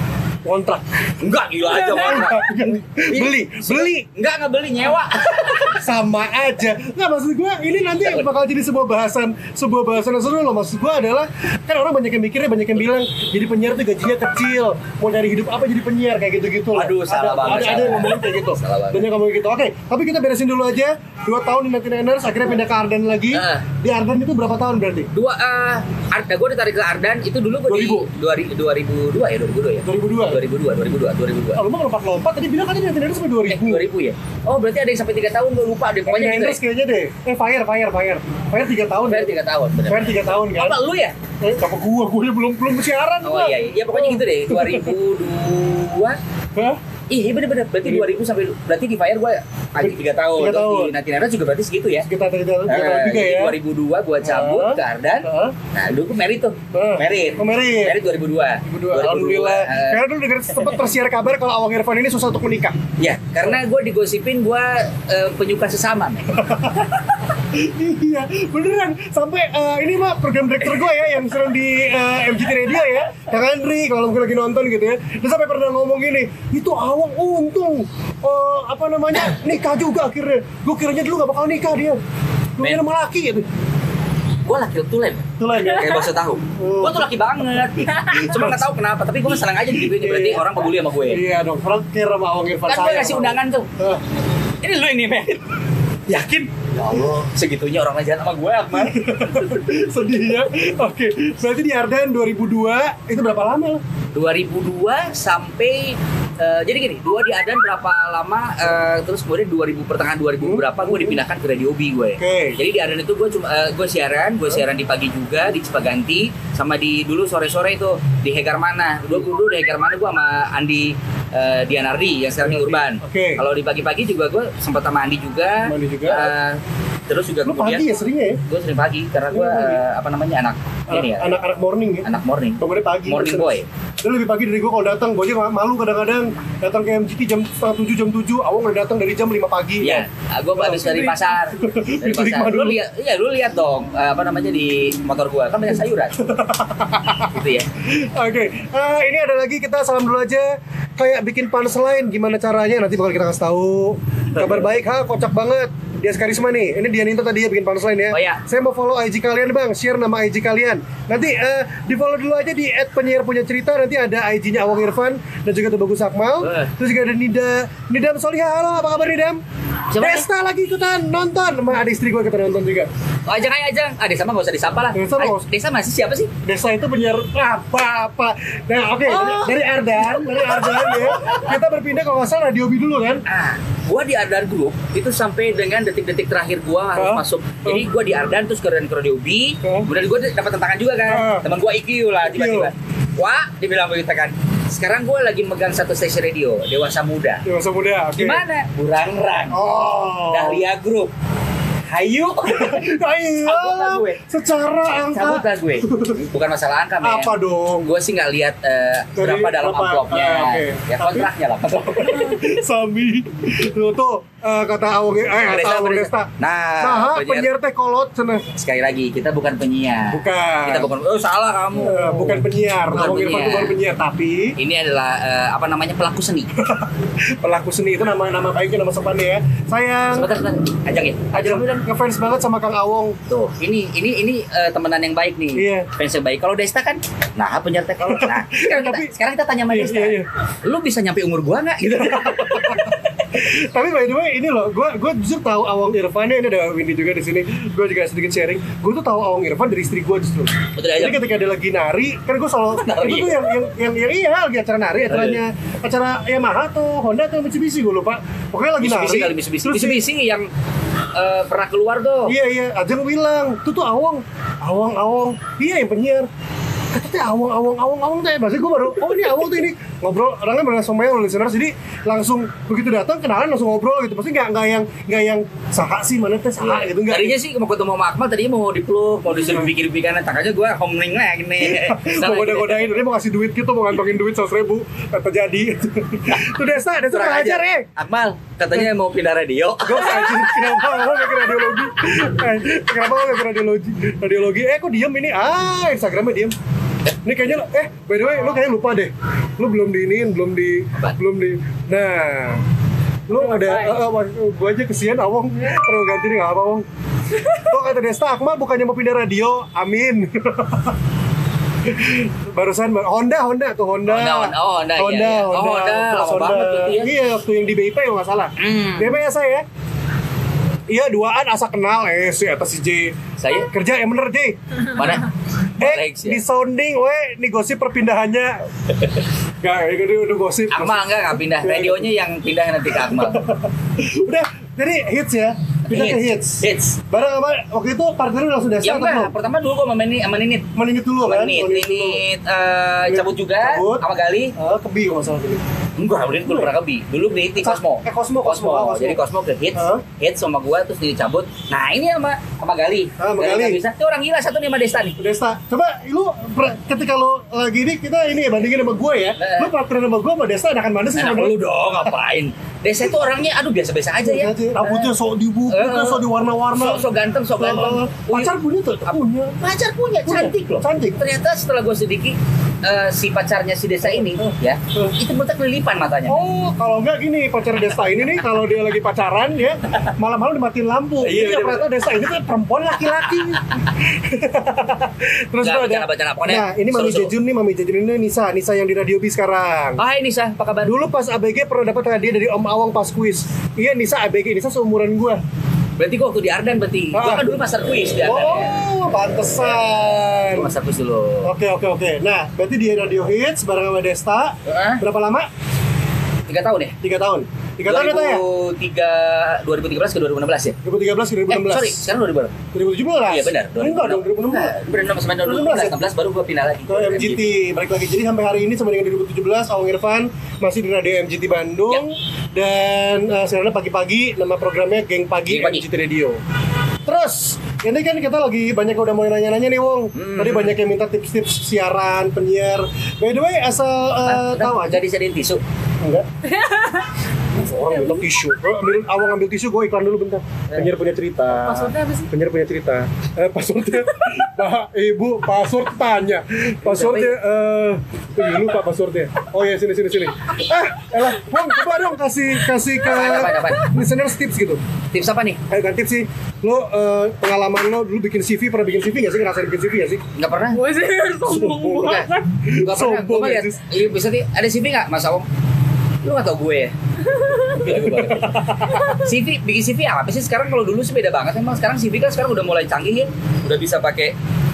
S1: Kontrak.
S2: Enggak, gila aja kontrak.
S1: Beli.
S2: Enggak beli, nyewa.
S1: sama aja. Nggak, maksud gue ini nanti bakal jadi sebuah bahasan yang seru loh. Maksud gue adalah kan orang banyak yang mikirnya, banyak yang bilang jadi penyiar tuh gajinya kecil, mau cari hidup apa jadi penyiar kayak gitu-gitu lah.
S2: Aduh, salah banget.
S1: Ada yang ngomongin kayak gitu. Banyak yang ngomongin gitu. Oke, tapi kita beresin dulu aja. 2 tahun di 99ers, akhirnya pindah ke Ardan lagi. Di Ardan itu berapa tahun berarti?
S2: Gue ditarik ke Ardan itu dulu gue di 2002 ya. 2002.
S1: Lu mah lompat-lompat tadi bilang kan di 99ers sampai 2000.
S2: 2000 ya? Oh, berarti ada yang sampai 3 tahun gue lupa deh. Pokoknya gitu.
S1: Niners kayaknya deh. Fire 3 tahun.
S2: Fire 3 tahun, bener.
S1: Fire 3 tahun kan.
S2: Apa lu ya?
S1: Apa gua belum siaran.
S2: Oh iya, iya pokoknya gitu deh. 2002.
S1: Hah?
S2: Iya bener-bener, berarti 2000 sampai, berarti di Fire gue lagi 3 tahun. Di Niners juga berarti segitu ya.
S1: Sekitar 3 tahun juga ya.
S2: 2002 gue cabut ke Ardan. Nah dulu gue merit tuh. Merit 2002.
S1: Alhamdulillah. Karena dulu sempat tersiar kabar kalau Awang Irfan ini susah untuk menikah.
S2: Ya, karena gue digosipin gue penyuka sesama.
S1: Iya, beneran. Sampai ini mah program direktur gue ya yang sering di MGT Radio ya, Kang Andri kalau gue lagi nonton gitu ya. Dia sampai pernah ngomong gini, itu Awang untung nikah juga akhirnya. Gue kiranya dulu gak bakal nikah dia. Gue kira sama laki gitu.
S2: Gue laki tulen ya? Kayak bakso tahu. Gue tuh laki banget. Cuma gak tahu kenapa, tapi gue senang aja digituin. Berarti orang peduli sama gue.
S1: Iya dong, orang kira sama Awang Irfan.
S2: Kan gue ngasih undangan tuh. Ini lu ini, men. Yakin? Ya Allah, segitunya orang jahat sama gue, Akmal.
S1: Sedihnya. Oke, berarti di Ardan 2002, itu berapa lama?
S2: 2002 sampai jadi gini, di Ardan berapa lama, terus kemudian pertengahan 2000 berapa gue dipindahkan ke Radio B gue. Jadi di Ardan itu gue siaran di pagi juga di Cipaganti, sama dulu sore-sore itu di Hegarmana. Dulu di Hegarmana gue sama Andi Dianardi yang sekarang di Urban. Kalau di pagi-pagi juga gue sempat sama Andi juga. Terus juga
S1: lu pagi ya seringnya ya?
S2: Gue sering pagi karena gue anak
S1: morning ya?
S2: Anak morning.
S1: Pokoknya pagi.
S2: Morning boy.
S1: Dia lebih pagi dari gue kalau datang. Gue aja malu kadang-kadang datang ke MGT jam 6:30 jam 7. Awang udah datang dari jam 5 pagi.
S2: Iya. Gue habis dari pasar. Lu lihat dong di motor gue kan banyak sayuran. Gitu ya.
S1: Oke. Ini ada lagi, kita salam dulu aja. Kayak bikin punchline gimana caranya nanti bakal kita kasih tahu. Kabar baik, kocak banget. Dias Karisma nih, ini Dianinto tadi ya bikin punchline ya.
S2: Oh ya.
S1: Saya mau follow IG kalian bang, share nama IG kalian. Nanti di follow dulu aja di @penyiar_punya_cerita. Nanti ada IG-nya Awang Irfan dan juga Tubagus Akmal. Terus juga ada Nidam Soliha. Halo, apa kabar Nidam? Desta lagi ikutan nonton, sama ada istri gue ikutan nonton juga.
S2: Oh, ajang. Desa mah gak usah disapa lah. Desa masih siapa sih?
S1: Desa itu penyiar apa. Nah oke, dari Ardan ya. Kita berpindah kalau nggak salah Radio B dulu kan.
S2: Gua di Ardan Group itu sampai dengan detik-detik terakhir gua harus masuk. Jadi gua di Ardan terus ke Radio B. Kemudian gua dapat tantangan juga kan. Teman gua IQ lah tiba-tiba. Wah, dibilang begitu kan. Sekarang gue lagi megang satu stasiun radio, Dewasa Muda.
S1: Oke.
S2: Gimana? Burangrang. Dahlia Group. Hayu.
S1: Ayo. Secara angka.
S2: Cabut lah gue. Bukan masalah angka, men.
S1: Apa dong?
S2: Gue sih nggak lihat berapa dalam amplopnya. Ya kontraknya lah.
S1: Sami. Tuh kata Awang Desta.
S2: Nah,
S1: penyiar teh kolot cenah.
S2: Sekali lagi, kita bukan penyiar.
S1: Bukan.
S2: Kita bukan. Oh, salah kamu.
S1: Bukan penyiar. Awang Irfan itu bukan penyiar, tapi
S2: ini adalah pelaku seni.
S1: Pelaku seni itu nama baiknya, nama sopannya ya. Sayang.
S2: Sebentar. Ajang dulu.
S1: Ngefans banget sama Kang Awang.
S2: Tuh, ini temenan yang baik nih.
S1: Iya.
S2: Fans yang baik. Kalau Desta kan, penyiar teh kalau. Nah, sekarang kita tanya sama Desta. Iya. Lu bisa nyampe umur gua nggak gitu?
S1: Tapi by the way ini loh, gue justru tahu Awang Irfan, ini ada Windy juga di sini. Gue juga sedikit sharing. Gue tuh tahu Awang Irfan dari istri gue justru. Jadi ketika dia lagi nari, kan gue selalu itu tuh yang lagi acara nari, acara Yamaha tuh, Honda tuh, Mitsubishi gue lupa. Pokoknya lagi nari. Mitsubishi yang pernah keluar tuh. Iya. Ajeng bilang, tuh Awang. Iya yang penyiar. Katanya Awang teh. Maksudnya gue baru, ini Awang tuh ini ngobrol, orangnya benar sama yang listeners, jadi langsung begitu datang kenalan langsung ngobrol gitu. Pasti nggak yang saha sih mana teh saha gitu nggak.
S2: Tadinya sih mau ketemu sama Akmal, tadinya mau dipeluk, mau disuruh bikin-bikinan, takanya gue homeling lah gini.
S1: Mau goda-godain, dia mau ngasih duit gitu, mau ngantongin duit 100.000, kata jadi. Tuh Desta kurang ajar ya.
S2: Akmal katanya mau pindah radio.
S1: Gue anjing, kenapa lo gak ke radiologi? Kenapa lo gak ke radiologi? Kok diem ini? Instagramnya diem. Ini kayaknya by the way lu kayaknya lupa deh. Lu belum di. Nah, Lu ada gua aja kesian Awong. Terus ganti nih enggak apa, Wong. Kok kata Desta Akmal bukannya mau pindah radio? Amin. Barusan Honda tuh Honda.
S2: Honda.
S1: Terus Honda. Iya, waktu yang di BIP kalau nggak salah. BIP ya saya. Iya, duaan asa kenal si atas si J.
S2: Saya
S1: kerja yang bener J.
S2: Mana?
S1: Di sounding nih gosip perpindahannya. Enggak, ini udah gosip.
S2: Akmal enggak pindah. Radionya yang pindah nanti ke Akmal.
S1: Udah, jadi hits ya. Pindah ke hits. Barang apa? Waktu itu partnernya langsung Desta
S2: atau belum? Pertama dulu gua sama Ninit.
S1: Ninit dulu kan?
S2: Ninit cabut juga sama Gali.
S1: Kebi kalau salah dulu.
S2: Enggak, Ninit belum pernah Kebi. Dulu di Cosmo.
S1: Cosmo.
S2: Jadi Cosmo ke hits sama gua terus dicabut. Nah, ini sama Gali.
S1: Sama Gali.
S2: Bisa. Itu orang gila satu nih sama Desta nih.
S1: Desta. Coba lu ketika lu lagi ini kita ini bandingin sama gue ya. Lu partner sama gue sama Desta enakan mana sih?
S2: Lu dong, ngapain? Desta itu orangnya biasa-biasa aja ya.
S1: Rambutnya sok dibuka, sok diwarna-warna.
S2: Sok ganteng.
S1: Pacar punya,
S2: cantik loh.
S1: Cantik.
S2: Ternyata setelah gue sedikit si pacarnya si Desta ini ya, itu betul kelilipan matanya.
S1: Oh, kalau enggak gini, pacar Desta ini nih kalau dia lagi pacaran ya, malam-malam dimatiin lampu. Iya, ternyata Desta ini tuh perempuan laki-laki. Terus ada nah, ini Mami Jejun nih, ini Nisa yang di Radio B sekarang.
S2: Hai Nisa, apa kabar?
S1: Dulu pas ABG pernah dapat hadiah dari Om Awang pas kuis. Iya, Nisa ABG, Nisa seumuran gua.
S2: Berarti gua waktu di Ardan berarti. Gua kan dulu master quiz di Ardan.
S1: Oh, pantesan.
S2: Gua master quiz dulu.
S1: Oke. Nah, berarti di Radio Hits bareng sama Desta. Berapa lama?
S2: 3 tahun ya?
S1: 3 tahun. 3 tahun itu ya?
S2: 2013 ke 2016 ya?
S1: 2013 ke 2016.
S2: Sorry, sekarang
S1: 2017.
S2: Iya benar.
S1: Enggak dong, 2016.
S2: Benar, sampai 2016 baru gua pindah lagi.
S1: Ke MGT, balik lagi. Jadi sampai hari ini sama dengan 2017, Awang Irfan masih di Radio MGT Bandung. Dan sekarang pagi-pagi, nama programnya Geng Pagi MGT Radio. Terus, ini kan kita lagi banyak udah mulai nanya-nanya nih Wong. Tadi banyak yang minta tips-tips siaran, penyiar. By the way, asal tahu aja.
S2: Jadi sediain tisu?
S1: Enggak. Orang minta tisu. Awang ambil tisu, gue iklan dulu bentar. Penyiar punya cerita.
S3: Passwordnya apa sih?
S1: Penyiar punya cerita. Passwordnya, Ibu, password tanya. Passwordnya, lupa passwordnya. Oh ya, sini. Elah, Wong, coba dong kasih ke listeners tips gitu.
S2: Tips apa nih?
S1: Kan tips sih. Lo pengalaman lo dulu bikin CV, pernah bikin CV nggak sih? Ngerasain bikin CV nggak sih?
S2: Nggak pernah.
S3: Gue sih sombong banget.
S2: Nggak pernah. Gue ngeliat. Iya bisa sih. Ada CV nggak, Mas Awang? Lu nggak tau gue ya? CV, bikin CV apa sih sekarang? Kalau dulu sih beda banget. Emang sekarang CV kan sekarang udah mulai canggih ya. Udah bisa pakai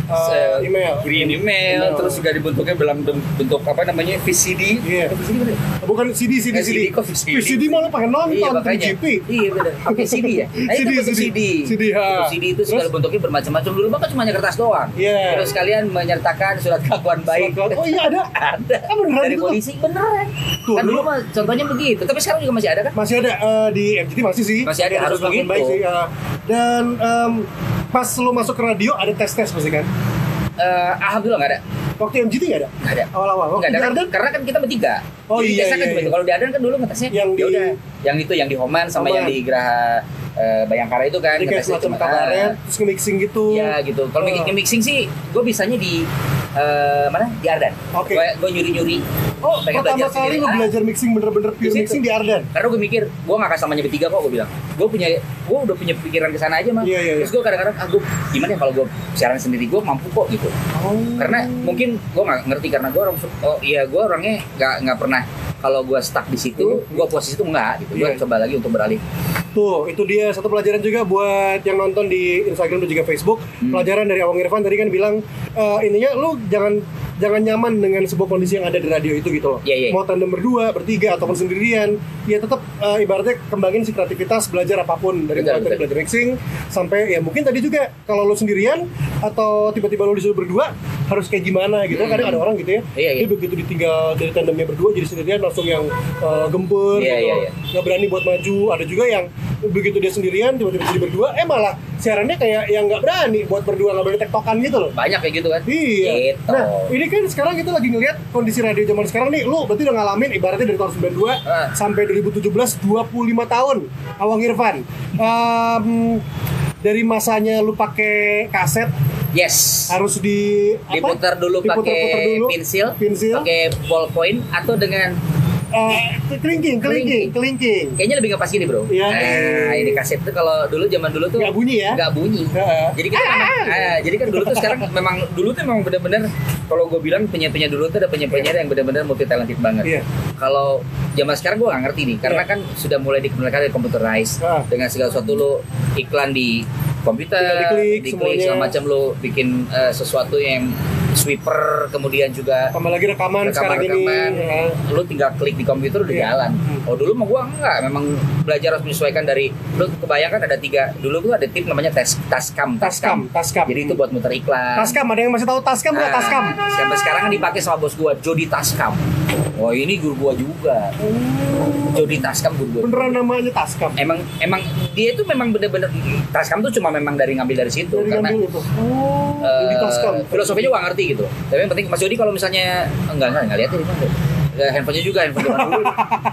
S2: email, terus juga dibentuknya dalam bentuk apa namanya VCD.
S1: Iya. Bukan CD.
S2: Kok VCD?
S1: VCD malah pakai nonton GP.
S2: Iya benar. Pakai CD ya. Nah, itu bentuk CD. Bentuk CD itu segala bentuknya bermacam-macam. Dulu mah cuma kertas doang.
S1: Iya.
S2: Terus kalian menyertakan surat kelakuan baik.
S1: Oh iya ada.
S2: Ada. Dari polisi beneran. Kan dulu mah contohnya begitu. Tapi sekarang juga masih ada kan?
S1: Masih ada di MGT masih sih.
S2: Masih ada, harus begitu.
S1: Baik sih. Dan pas lu masuk ke radio ada tes pasti kan?
S2: Alhamdulillah nggak ada.
S1: Waktu MGT nggak ada?
S2: Nggak ada.
S1: Awal-awal.
S2: Nggak ada. Karena kan kita bertiga.
S1: Oh iya.
S2: Kalau di Ardan kan dulu ngetesnya. Yang di Homan sama yang di Geraha Bayangkara itu kan.
S1: Jadi kayak semacam kabaret, terus nge-mixing gitu.
S2: Iya gitu. Kalau mixing sih, gue bisanya di mana? Di Ardan.
S1: Oke.
S2: Gue nyuri-nyuri.
S1: Oh, pertama kali lu belajar mixing bener-bener pure mixing di Ardan.
S2: Karena gue mikir, gue nggak akan selamanya bertiga kok, gue bilang. Gue udah punya pikiran kesana aja mah.
S1: Iya.
S2: Terus gue kadang-kadang, gimana ya kalau gue siaran sendiri, gue mampu kok gitu. Karena mungkin gue nggak ngerti karena gue orangnya nggak pernah. Kalau gue stuck di situ, gue posisi itu enggak gitu. Gue coba lagi untuk beralih.
S1: Tuh, itu dia satu pelajaran juga buat yang nonton di Instagram dan juga Facebook. Pelajaran dari Awang Irfan tadi kan bilang ininya lu jangan nyaman dengan sebuah kondisi yang ada di radio itu gitu loh. Mau tandem berdua, bertiga ataupun sendirian, ya tetap ibaratnya kembangin si kreativitas, belajar apapun dari belajar mixing sampai ya mungkin tadi juga kalau lu sendirian atau tiba-tiba lu disuruh berdua harus kayak gimana gitu. Kadang ada orang gitu ya. Dia begitu ditinggal dari tandemnya berdua jadi sendirian langsung yang gempur gitu. Nggak berani buat maju. Ada juga yang begitu dia sendirian tiba-tiba jadi berdua malah siarannya kayak yang nggak berani buat berdua, nggak berani tektokan gitu loh.
S2: Banyak kayak gitu kan.
S1: Iya
S2: gitu.
S1: Nah ini kan sekarang kita lagi ngelihat kondisi radio zaman sekarang nih. Lu berarti udah ngalamin ibaratnya dari tahun 92 sampai 2017 25 tahun Awang Irfan. Dari masanya lu pakai kaset, harus
S2: diputar dulu pakai pensil, pakai ballpoint atau dengan
S1: Kelingking.
S2: Kayaknya lebih nggak pas gini bro.
S1: Iya.
S2: Nah, ini kaset tuh kalau zaman dulu tuh
S1: nggak bunyi ya?
S2: Nggak bunyi. Jadi kita jadi kan dulu tuh sekarang memang dulu tuh memang benar-benar kalau gue bilang penyanyi dulu tuh ada penyanyi yang benar-benar multi talented banget.
S1: Iya.
S2: Kalau zaman sekarang gue nggak ngerti nih, karena kan sudah mulai dikenakan dari computerized dengan segala sesuatu lo iklan di komputer, diklik segala macam lo bikin sesuatu yang sweeper, kemudian juga
S1: tambah lagi rekaman sekarang ini
S2: lu tinggal klik di komputer udah jalan. Oh dulu mah gua enggak, memang belajar harus menyesuaikan dari lu kebayangkan ada 3 dulu tuh ada tip namanya Tascam. Jadi itu buat muter iklan.
S1: Tascam, ada yang masih tahu Tascam nggak? Tascam
S2: sampai sekarang kan dipakai sama bos gua, Jody Tascam. Wah ini guru gua juga. Jody Tascam guru gua.
S1: Beneran namanya Tascam.
S2: Emang dia itu memang bener-bener Tascam tuh cuma memang dari ngambil dari situ karena
S1: Jody Tascam.
S2: Filosofinya gua ngerti gitu. Tapi yang penting Mas Jody kalau misalnya enggak lihat di mana. Handphonenya juga handphone zaman dulu.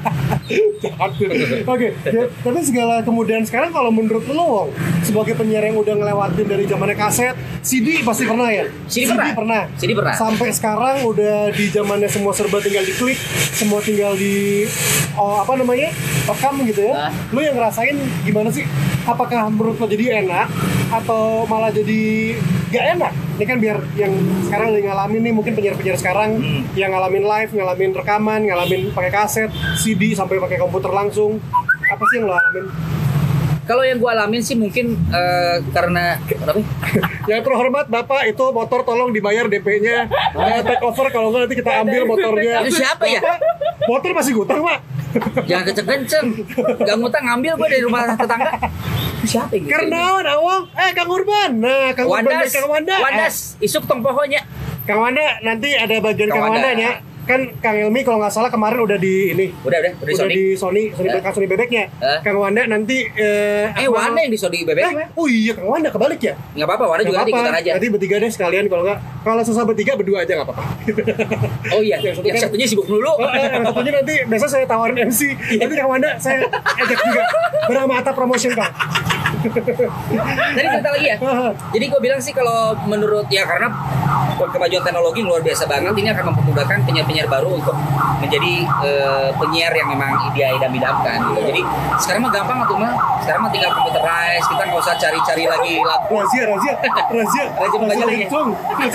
S1: Oke, tapi segala kemudian sekarang kalau menurut lo sebagai penyiar yang udah ngelewatin dari zamannya kaset, CD pasti pernah ya?
S2: CD pernah.
S1: Sampai sekarang udah di zamannya semua serba tinggal diklik, semua tinggal di rekam gitu ya. Lo yang ngerasain gimana sih? Apakah menurut lo jadi enak atau malah jadi gak enak? Ini kan biar yang sekarang lagi ngalamin nih, mungkin penyiar-penyiar sekarang yang ngalamin live, ngalamin rekaman, ngalamin pakai kaset, CD sampai pakai komputer langsung. Apa sih yang lo alamin?
S2: Kalau yang gue alamin sih mungkin karena apa?
S1: Yang terhormat Bapak, itu motor tolong dibayar DP-nya. Take over, kalau nggak nanti kita ambil motornya.
S2: Itu siapa ya?
S1: Motor masih gutang, Pak.
S2: Jangan kenceng-kenceng. Gak ngutang, ngambil gue dari rumah tetangga. Siapa gitu?
S1: Karena Awang, Kang Urban. Nah, Kang Urban dan Kang Wanda.
S2: Wandas, isuk tong pohonnya.
S1: Kang Wanda, nanti ada bagian Kang Wandanya. Kan Kang Elmi kalau nggak salah kemarin udah di ini.
S2: Udah
S1: di Sony bebeknya. Kang Wanda nanti
S2: Wanda yang di Sony bebek.
S1: Oh iya, Kang Wanda kebalik ya?
S2: Nggak apa-apa, Wanda juga nanti ikutan aja.
S1: Nanti bertiga deh sekalian, kalau susah bertiga berdua aja nggak apa-apa.
S2: Oh iya, yang satunya sibuk dulu.
S1: Yang satunya nanti biasa saya tawarin MC. Nanti Kang Wanda saya ajak juga bernama Atta Promotion, Kang.
S2: Tadi cerita lagi ya. Jadi gue bilang sih kalau menurut ya karena kemajuan teknologi luar biasa banget, ini akan mempermudahkan penyiar-penyiar baru untuk menjadi penyiar yang memang dia idam-idamkan gitu. Jadi sekarang mah gampang tuh mah. Sekarang mah tinggal computerize, kita nggak usah cari-cari lagi lagu. Rahasia bencong.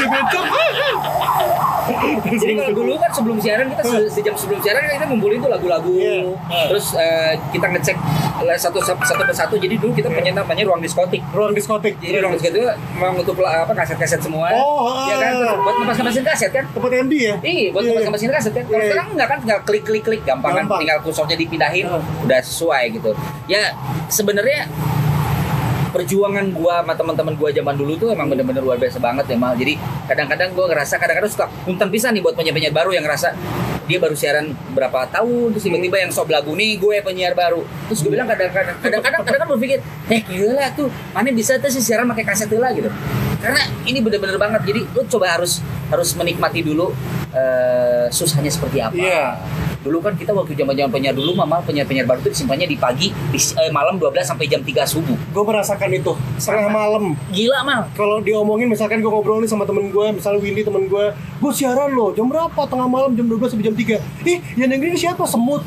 S2: Jadi kalau dulu kan sebelum siaran kita sejam sebelum siaran kita ngumpulin tuh lagu-lagu. Terus kita ngecek satu persatu. Jadi dulu kita punya namanya ruang diskotik. Jadi ruang diskotik itu memang untuk kaset-kaset semua. Ya kan, buat ngepas-ngepasin kaset kan.
S1: Tempat MD ya?
S2: Iya, buat ngepas-ngepasin kaset kan. Kalau sekarang enggak kan, tinggal klik gampang kan, tinggal kursornya dipindahin udah sesuai gitu. Ya sebenarnya perjuangan gua sama teman-teman gua zaman dulu tuh emang bener-bener luar biasa banget ya Mal. Jadi kadang-kadang gua ngerasa suka punten pisan nih buat penyiar-penyiar baru yang ngerasa dia baru siaran berapa tahun terus tiba-tiba yang sob lagu nih gue penyiar baru. Terus gue bilang kadang-kadang berpikir, gila tuh, mana bisa tuh sih siaran pakai kaset lah gitu. Karena ini bener-bener banget. Jadi lu coba harus menikmati dulu susahnya seperti apa. Dulu kan kita waktu zaman-zaman penyiar dulu, penyiar baru itu disimpannya di pagi, malam 12 sampai jam 3 subuh.
S1: Gue merasakan itu, setengah malam.
S2: Gila Mal.
S1: Kalau diomongin misalkan gue ngobrol nih sama temen gue, misalnya Windy temen gue siaran loh, jam berapa? Tengah malam, jam 12 sampai jam 3. Yang dengerin siapa? Semut.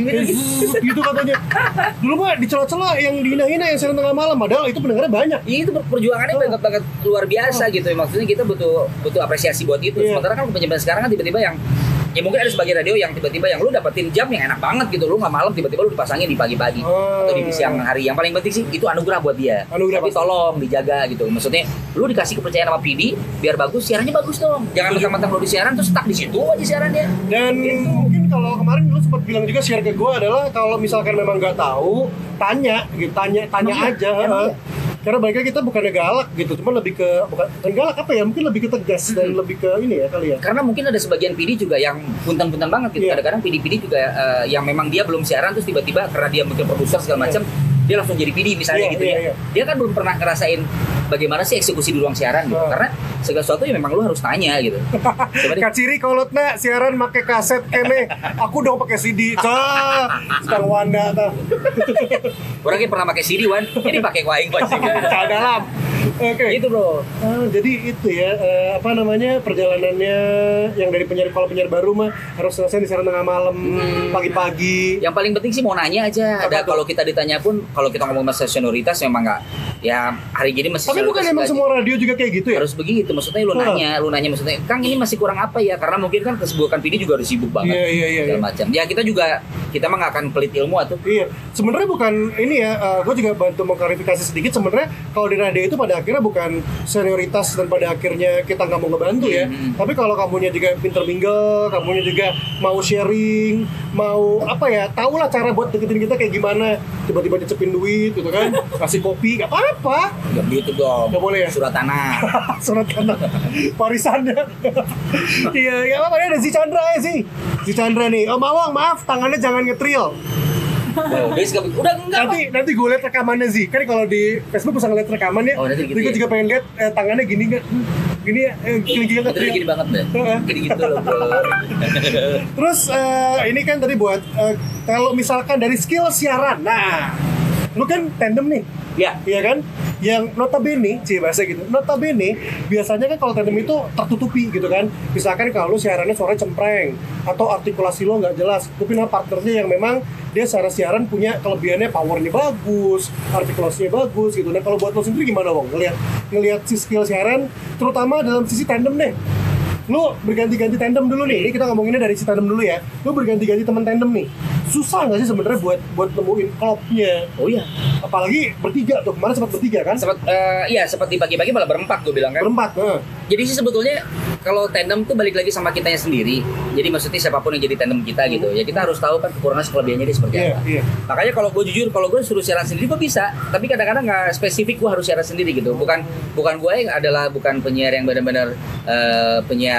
S1: Gitu katanya. Dulu mah di celah-celah yang dihina-hina yang siaran tengah malam, padahal itu pendengarnya banyak.
S2: Itu perjuangannya banget luar biasa gitu. Maksudnya kita butuh apresiasi buat itu. Sementara kan penyiar sekarang kan tiba-tiba yang ya mungkin ada sebagian radio yang tiba-tiba yang lu dapetin jam yang enak banget gitu, lu nggak malam tiba-tiba lu dipasangin di pagi-pagi atau di siang hari. Yang paling penting sih itu anugerah buat dia. Tapi tolong dijaga gitu. Maksudnya lu dikasih kepercayaan sama PD biar bagus, siarannya bagus dong. Jangan mentang-mentang lu di siaran terus stuck di situ aja siarannya.
S1: Dan gitu. Mungkin kalau kemarin lu sempat bilang juga share ke gue adalah kalau misalkan memang nggak tahu tanya aja. Karena mereka kita bukannya galak gitu, cuma lebih ke bukan galak apa ya, mungkin lebih ke tegas dan lebih ke ini ya kali ya.
S2: Karena mungkin ada sebagian PD juga yang punten-punten banget gitu. Kadang-kadang PD juga yang memang dia belum siaran terus tiba-tiba karena dia mungkin produser segala macam, dia langsung jadi PD misalnya gitu ya. Dia kan belum pernah ngerasain bagaimana sih eksekusi di ruang siaran gitu. Karena segala sesuatu yang memang lu harus tanya gitu.
S1: Kak Ciri kolotna siaran pakai kaset kene, aku dong pakai CD. Sekarang Wanda tuh.
S2: Orangnya pernah pakai CD Wan, ini pakai kuaing sih.
S1: Dalam. Oke.
S2: Gitu bro.
S1: Jadi itu ya apa namanya perjalanannya yang dari kalau penyiar baru mah harus selesai di siaran tengah malam pagi-pagi.
S2: Yang paling penting sih mau nanya aja. Ada kalau kita ditanya pun kalau kita ngomong masalah senioritas memang nggak. Ya hari gini masih.
S1: Tapi bukan emang semua radio juga kayak gitu ya?
S2: Harus begitu. Maksudnya lu nanya maksudnya Kang ini masih kurang apa ya? Karena mungkin kan kesibukan PD juga harus sibuk banget.
S1: Iya.
S2: Macam. Ya kita mah nggak akan pelit ilmu atau.
S1: Iya. Sebenarnya bukan ini ya. Gue juga bantu mengklarifikasi sedikit. Sebenarnya kalau di radio itu pada akhirnya bukan senioritas dan pada akhirnya kita nggak mau ngebantu ya. Tapi kalau kamunya juga pinter mingle, kamunya juga mau sharing, mau apa ya, tahu lah cara buat deketin kita kayak gimana. Tiba-tiba dicepin duit gitu kan, kasih kopi, nggak apa-apa.
S2: Nggak gitu dong.
S1: Nggak boleh ya?
S2: Surat tanah.
S1: Surat tanah. Warisannya. Iya, nggak apa-apa. Ada si Chandra ya sih. Si Chandra nih. Om Awang, maaf, tangannya jangan ngetril.
S2: Udah enggak.
S1: Nanti gue liat rekamannya sih. Kan kalau di Facebook bisa ngeliat rekamannya.
S2: Nanti gitu
S1: gue juga pengen lihat tangannya gini nggak? Gini ya,
S2: gini banget deh. Gini gitu loh bro.
S1: Terus ini kan tadi buat kalau misalkan dari skill siaran. Nah, lu kan tandem nih.
S2: Ya.
S1: Iya kan? Yang notabene, bahasa gitu. Notabene biasanya kan kalau tandem itu tertutupi gitu kan. Misalkan kalau lu siarannya suaranya cempreng atau artikulasi lo nggak jelas. Lu punya partnernya yang memang dia secara siaran punya kelebihannya, powernya bagus, artikulasinya bagus gitu. Nah kalau buat lo sendiri gimana Wong? Ngelihat si skill siaran, terutama dalam sisi tandem deh. Lu berganti-ganti tandem dulu nih. Ini kita ngomonginnya dari si tandem dulu ya. Lu berganti-ganti teman tandem nih. Susah nggak sih sebenarnya buat nemuin klopnya?
S2: Oh iya.
S1: Apalagi bertiga tuh. Kemarin sempat bertiga kan?
S2: Sempat di pagi-pagi malah berempat gue bilang kan.
S1: Berempat.
S2: Jadi sih sebetulnya kalau tandem tuh balik lagi sama kitanya sendiri. Jadi maksudnya siapapun yang jadi tandem kita gitu. Ya kita harus tahu kan kekurangan kelebihannya dia seperti apa.
S1: Iya.
S2: Makanya kalau gue jujur, kalau gue suruh siaran sendiri gue bisa. Tapi kadang-kadang nggak spesifik gue harus siaran sendiri gitu. Bukan gue yang bukan penyiar yang benar-benar penyiar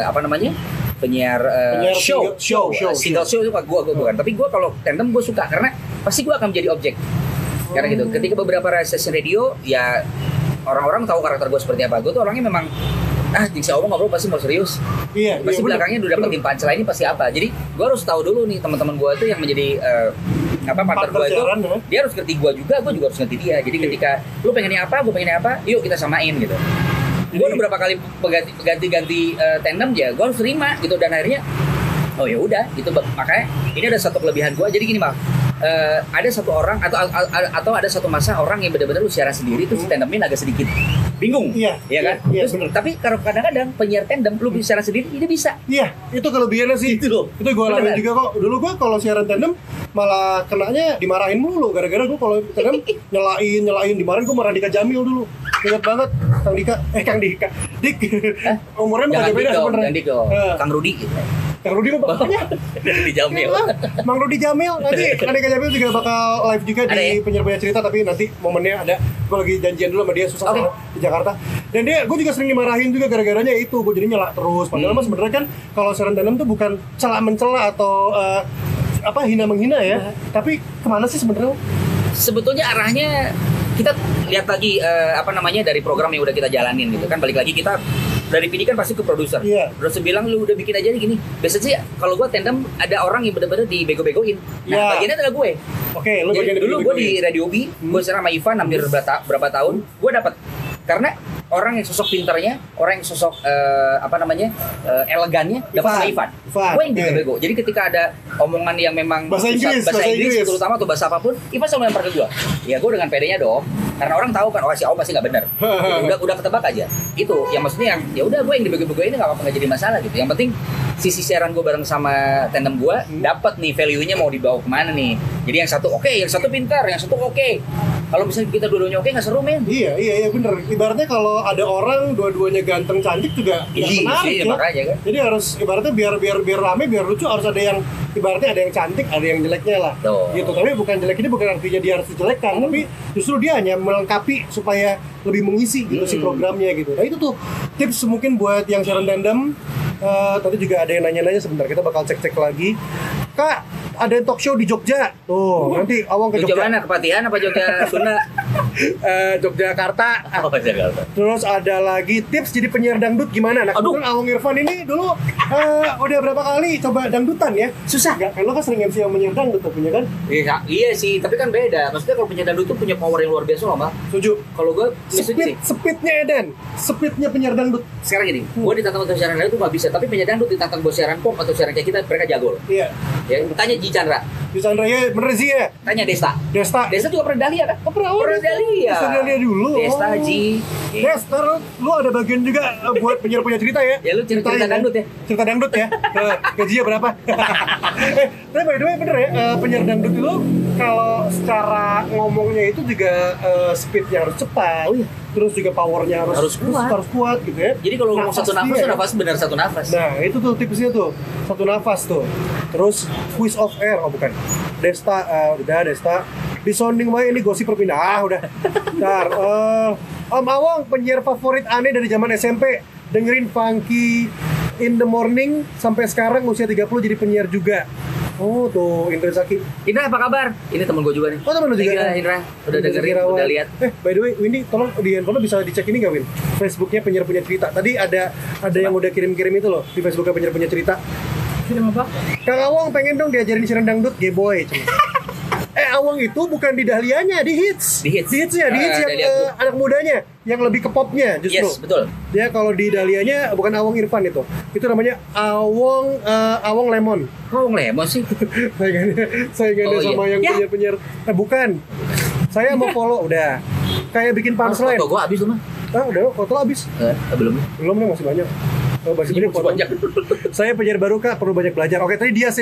S2: single show itu gue bukan. Tapi gue kalau tandem gue suka karena pasti gue akan menjadi objek. Karena gitu. Ketika beberapa sesi radio ya orang-orang tahu karakter gue seperti apa. Gue tuh orangnya memang jika ngomong ngobrol pasti mau serius.
S1: Iya.
S2: Pasti belakangnya udah dapetin punchline ini pasti apa. Jadi gue harus tahu dulu nih teman-teman gue tuh yang menjadi partner gue itu dia harus ngerti gue juga harus ngerti dia. Jadi ketika lu pengennya apa, gue pengennya apa, yuk kita samain gitu. Gue udah berapa kali ganti tandem ya, gue harus terima gitu dan akhirnya oh ya udah gitu. Makanya ini ada satu kelebihan gue. Jadi gini Mal, ada satu orang atau ada satu masa orang yang benar-benar lu siaran sendiri terus tandemin agak sedikit bingung, iya kan?
S1: Iya,
S2: terus, tapi kadang-kadang penyiar tandem lu siaran sendiri ini bisa.
S1: Iya, itu kelebihannya sih. Itu gue alamin juga kok. Dulu gue kalau siaran tandem malah kenanya dimarahin mulu gara-gara gue kalau tandem nyelain dimarahin. Gue marah Dika Jamil dulu. Ingat banget Kang Dika. Dik. Umurnya bukan beda sebenarnya.
S2: Kang Rudi gitu.
S1: Kang Rudi mah bapaknya
S2: Di Jamil.
S1: Mang Rudi Jamil. Nanti Dika Jamil juga bakal live juga di penyiar cerita, tapi nanti momennya ada. Gue lagi janjian dulu sama dia susah di Jakarta. Dan gue juga sering dimarahin juga gara-garanya itu. Gue jadi nyela terus. Padahal mah sebenarnya kan kalau siaran tandem tuh bukan cela-mencela atau hina-menghina ya. Tapi kemana sih sebenarnya?
S2: Sebetulnya arahnya kita lihat lagi dari program yang udah kita jalanin gitu kan. Balik lagi kita dari PD kan pasti ke produser. Produser bilang lu udah bikin aja nih gini. Biasanya sih kalau gue tandem ada orang yang bener-bener dibego-begoin. Nah bagiannya adalah gue.
S1: Oke, lu bagian
S2: dulu gue di Radio B, gue sama Ivan hampir berapa tahun, gue dapat karena orang yang sosok pintarnya, orang yang sosok elegannya dapat sama Ivan. Gue yang bego-bego. Jadi ketika ada omongan yang memang
S1: bahasa Inggris
S2: terutama atau bahasa apapun, Ivan selalu lempar ke gue. Ya gue dengan pedenya dong. Karena orang tahu kan, si Om pasti nggak benar. Udah ketebak aja. Itu yang maksudnya yang ya udah gue yang dibego-begoin ini nggak apa-apa, nggak jadi masalah gitu. Yang penting sisi siaran gue bareng sama tandem gue dapat nih value-nya mau dibawa kemana nih. Jadi yang satu yang satu pintar, yang satu Kalau misalnya kita dua-duanya nggak seru men.
S1: Iya bener. Ibaratnya kalau ada orang dua-duanya ganteng cantik juga menarik ya.
S2: Makanya kan.
S1: Jadi harus ibaratnya biar rame, biar lucu harus ada yang ibaratnya ada yang cantik, ada yang jeleknya lah. Gitu. Tapi bukan jelek ini bukan artinya dia harus dijelekkan, tapi justru dia hanya melengkapi supaya lebih mengisi gitu si programnya gitu. Nah itu tuh tips mungkin buat yang siaran tandem. Tadi juga ada yang nanya-nanya, sebentar kita bakal cek lagi. Kak, ada talk show di Jogja. Tuh, nanti Awang ke Jogja.
S2: Jogja mana? Kepatihan apa Jogja Sunda?
S1: Yogyakarta.
S2: Oh, Jakarta.
S1: Terus ada lagi tips jadi penyiar dangdut gimana? Nah, kebetulan Awang Irfan ini dulu udah berapa kali coba dangdutan ya? Susah gak? Kan lo kan sering MC yang penyiar dangdut tuh punya kan?
S2: Iya sih, tapi kan beda. Maksudnya kalau penyiar dangdut tuh punya power yang luar biasa loh, Mbak.
S1: Setuju.
S2: Kalau gue misalnya
S1: Speednya Edan, speednya penyiar dangdut.
S2: sekarang gini, gue ditantang untuk siaran radio tuh nggak bisa, tapi penyiar dangdut ditantang buat siaran pop atau siaran kayak kita, mereka jago loh.
S1: Iya.
S2: Ya, tanya Ji Chandra,
S1: Di Chandra ya, bener sih ya.
S2: tanya Desta.
S1: Desta
S2: Desta juga pernah Dahlia kan?
S1: pernah
S2: Dahlia.
S1: Dahlia dulu.
S2: Desta, Ji.
S1: Desta, lu ada bagian juga buat penyiar punya cerita ya?
S2: Ya, lu cerita dangdut ya?
S1: Cerita dangdut ya? Gajinya berapa? Tapi by the way bener ya, penyiar dangdut itu kalau secara ngomongnya itu juga speednya harus cepat.
S2: Oh iya.
S1: Terus juga powernya harus kuat gitu ya.
S2: Jadi kalau ngomong satu nafas tuh nafas benar satu nafas.
S1: Nah itu tuh tipsnya tuh, satu nafas tuh. Terus quiz of air, oh bukan Desta, udah Desta. Di sounding way ini gosip perpindah, udah. Ntar, Om Awang penyiar favorit aneh dari zaman SMP. Dengerin Funky in the morning sampai sekarang usia 30 jadi penyiar juga. Oh tuh Indra Zaki.
S2: Indra apa kabar? Ini temen gue juga nih.
S1: Oh temen lu juga?
S2: Iya Indra, udah dengerin, udah lihat.
S1: By the way, Windy tolong di handphone lo bisa dicek ini nggak Win? Facebooknya penyiar punya cerita. Tadi ada yang udah kirim-kirim itu loh di Facebooknya penyiar punya cerita.
S3: Film apa?
S1: Kang Awang pengen dong diajarin siaran dangdut, G-boy. Awang itu bukan di Dahlianya, di hits. Di hitsnya yang anak mudanya, yang lebih ke popnya justru.
S2: Yes, betul.
S1: Ya kalau di Dahlianya bukan Awang Irfan itu. Itu namanya Awang Lemon.
S2: Awang Lemon sih.
S1: Saingannya sama yang penyiar-penyiar. Bukan. Saya mau follow udah. Kayak bikin punchline.
S2: Foto gua habis tuh mah.
S1: Udah, foto lo habis.
S2: Belum.
S1: Belum nih masih banyak. Masih banyak. Saya penyiar baru Kak, perlu banyak belajar. Oke, tadi Dias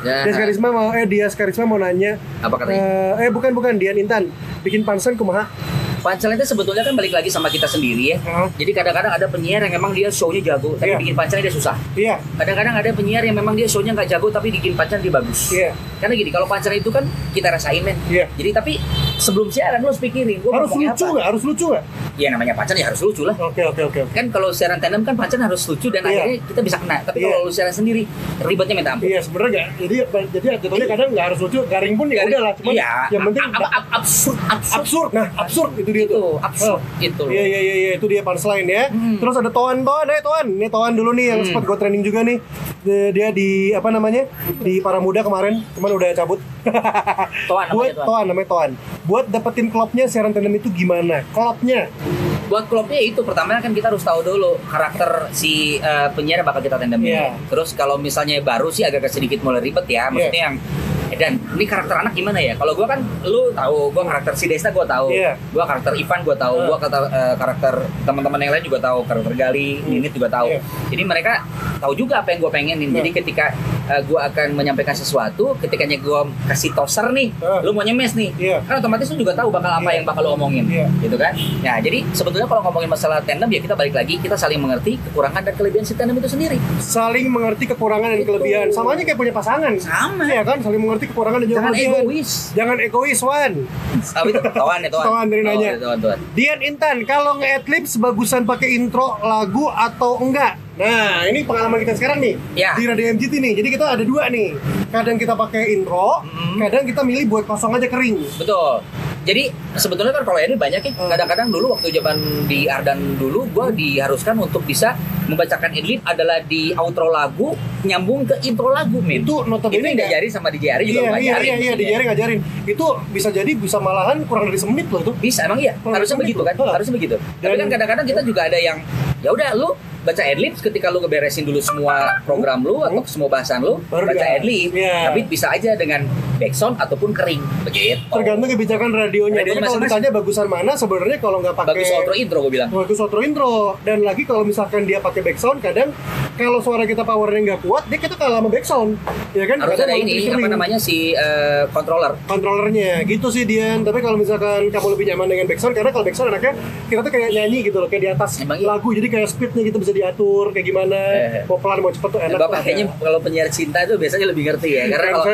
S1: Karisma mau nanya.
S2: Apa katanya?
S1: Bukan Dian Intan. Bikin punchline kumaha?
S2: Punchline itu sebetulnya kan balik lagi sama kita sendiri ya. Jadi kadang-kadang ada penyiar yang memang dia show-nya jago, tapi bikin punchline dia susah.
S1: Iya.
S2: Kadang-kadang ada penyiar yang memang dia show-nya nggak jago, tapi bikin punchline dia bagus.
S1: Iya.
S2: Karena gini, kalau punchline itu kan kita rasain men.
S1: Iya.
S2: Jadi tapi sebelum siaran lu harus pikirin, gua
S1: harus lucu nggak?
S2: Ya namanya punchline ya harus lucu lah.
S1: Oke.
S2: Kan kalau siaran tandem kan punchline harus lucu dan akhirnya kita bisa kena. Tapi kalau lu siaran sendiri, ribetnya minta ampun.
S1: Iya sebenarnya nggak. Jadi jatuhnya kadang nggak harus lucu, garing pun ya udah lah. Cuman yang penting absurd. Nah absurd itu dia tuh.
S2: Itu.
S1: Iya itu dia punchline ya. Terus ada Toan. Ini Toan dulu nih yang sempat gue training juga nih. Dia di apa namanya? Di Para Muda kemarin, cuman udah cabut. Namanya Toan. Buat dapetin klubnya siaran tandem itu gimana? Klubnya?
S2: Buat klubnya itu pertama kan kita harus tahu dulu karakter si penyiar bakal kita tandemin. Terus kalau misalnya baru sih agak sedikit mulai ribet ya. Maksudnya yang dan ini karakter anak gimana ya? Kalau gue kan, lu tahu, gue karakter si Desta gue tahu, gue karakter Ivan gue tahu, gue karakter teman-teman yang lain juga tahu, karakter Gali, Ninit juga tahu. Jadi mereka tahu juga apa yang gue pengenin. Jadi ketika gue akan menyampaikan sesuatu, ketika gue kasih toser nih, lu mau nyemes nih, kan otomatis lu juga tahu bakal apa yang bakal lu omongin, gitu kan? Nah jadi sebetulnya kalau ngomongin masalah tandem ya kita balik lagi, kita saling mengerti kekurangan dan kelebihan si tandem itu sendiri.
S1: Saling mengerti kekurangan dan kelebihan, sama aja kayak punya pasangan.
S2: Sama.
S1: Ya kan, saling mengerti kekurangan dan jangan egois Wan.
S2: Itu Toan
S1: dari nanya. Dian Intan, kalau nge-adlib sebagusan pakai intro lagu atau enggak? Nah, ini pengalaman kita sekarang nih di Radio MGT nih. Jadi kita ada dua nih. Kadang kita pakai intro, kadang kita milih buat kosong aja kering.
S2: Betul. Jadi sebetulnya kan kalau ini banyak ya. Kadang-kadang dulu waktu zaman di Ardan dulu, gue diharuskan untuk bisa membacakan adlib adalah di outro lagu nyambung ke intro lagu, men.
S1: Itu notabene
S2: itu diajarin sama DJ Ari juga ngajarin.
S1: Iya, DJ Ari ngajarin. Itu bisa jadi bisa malahan kurang dari semenit loh itu.
S2: Bisa, emang iya. Harusnya begitu kan? Harusnya begitu. Tapi kan kadang-kadang kita juga ada yang ya udah lu baca adlib ketika lu ngeberesin dulu semua program lu atau semua bahasan lu, baca adlib. Tapi bisa aja dengan backsound ataupun kering begitu.
S1: Tergantung kebijakan radionya. Tapi kalau ditanya bagusan mana, sebenarnya kalau nggak pakai
S2: bagus outro intro gue bilang.
S1: Bagus outro intro. Dan lagi kalau misalkan dia pakai backsound, kadang kalau suara kita powernya nggak kuat, dia kita kalah sama backsound. Ya kan?
S2: Harus ada ini apa namanya si
S1: controllernya gitu sih Dian. Tapi kalau misalkan kamu lebih nyaman dengan backsound, karena kalau backsound anaknya kita tuh kayak nyanyi gitu loh, kayak di atas lagu. Jadi kayak speednya gitu bisa diatur kayak gimana. Mau pelan mau cepet tuh enak.
S2: Bapak kayaknya kalau penyiar cinta itu biasanya lebih ngerti ya. Karena kalau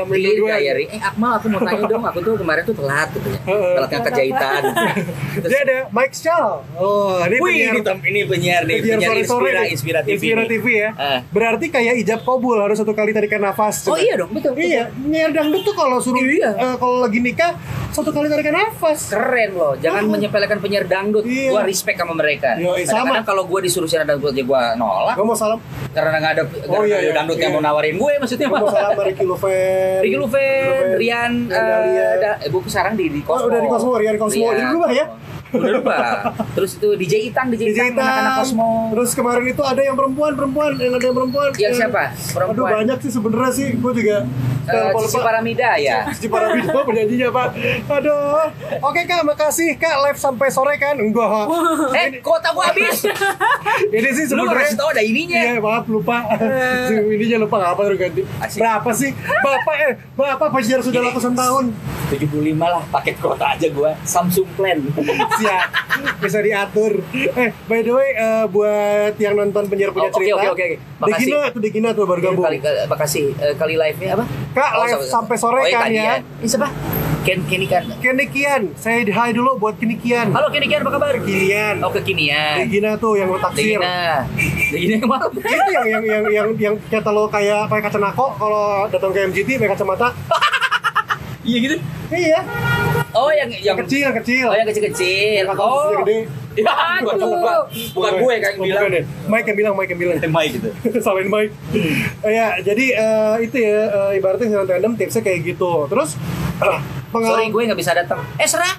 S2: Akmal aku mau tanya dong, aku tuh kemarin tuh telat gitu ya. Telat ngangkat jahitan.
S1: Dia ada Mike Shaw. Oh, ini penyiar
S2: nih, penyiar inspiratif
S1: TV ya. Berarti kayak ijab kabul harus 1 kali tarikan nafas.
S2: Oh iya dong, betul.
S1: Iya, penyiar dangdut tuh kalau suruh kalau lagi nikah 1 kali tarikan nafas.
S2: Keren loh, jangan menyepelekan penyiar dangdut.
S1: Iya.
S2: Gua respect sama mereka.
S1: Sama.
S2: Kadang-kadang kalau gua disuruh siaran dangdut aja gua nolak.
S1: Gua mau salam.
S2: Karena nggak ada dangdut yang mau nawarin gue maksudnya.
S1: Gua mau salam sama Ricky Lufen,
S2: Rian, buku sekarang di Cosmo.
S1: Udah di Cosmo, Rian Cosmo. Jadi berubah ya?
S2: Udah berubah. Terus itu DJ Itang, anak-anak Cosmo.
S1: Terus kemarin itu ada yang perempuan, yang ada yang perempuan.
S2: Yang siapa? Perempuan.
S1: Aduh banyak sih sebenarnya sih, gue juga.
S2: Cici Paramida ya.
S1: Cici Paramida penyanyinya Pak. Aduh. Oke Kak, makasih Kak, live sampai sore kan? Enggak.
S2: Kuota gua habis.
S1: Ini sih
S2: Lu
S1: sebenarnya.
S2: harus tahu ada ininya.
S1: Iya, maaf lupa. Ininya lupa apa harus ganti.
S2: Asik.
S1: Berapa sih? Bapak penyiar sudah ratusan tahun.
S2: 75 lah paket kuota aja gua. Samsung plan.
S1: Siap. Bisa diatur. By the way, buat yang nonton penyiar punya cerita.
S2: Oke. Makasih.
S1: Degina tuh baru gabung.
S2: Makasih. Kali live-nya apa?
S1: Kak, live sampai sore kan ya?
S2: Ini siapa? Kenny
S1: Kian, saya hi dulu buat Kenny Kian.
S2: Halo Kenny Kian, apa kabar?
S1: Kian.
S2: Oh, kekinian.
S1: Degina tuh yang lo taksir.
S2: Degina yang mana?
S1: Itu yang kata lo kayak pakai kacamata kalau datang ke MGT pakai kacamata.
S2: Iya gitu.
S1: Iya.
S2: Oh, yang
S1: kecil.
S2: Oh, yang kecil-kecil.
S1: Oh. Gede.
S2: Ya, bukan gue yang bilang.
S1: Mike yang bilang.
S2: Mike gitu.
S1: Salahin Mike. Ya, jadi itu ya ibaratnya sinetron tandem tipsnya kayak gitu. Terus
S2: Sorry, gue nggak bisa datang. Serah.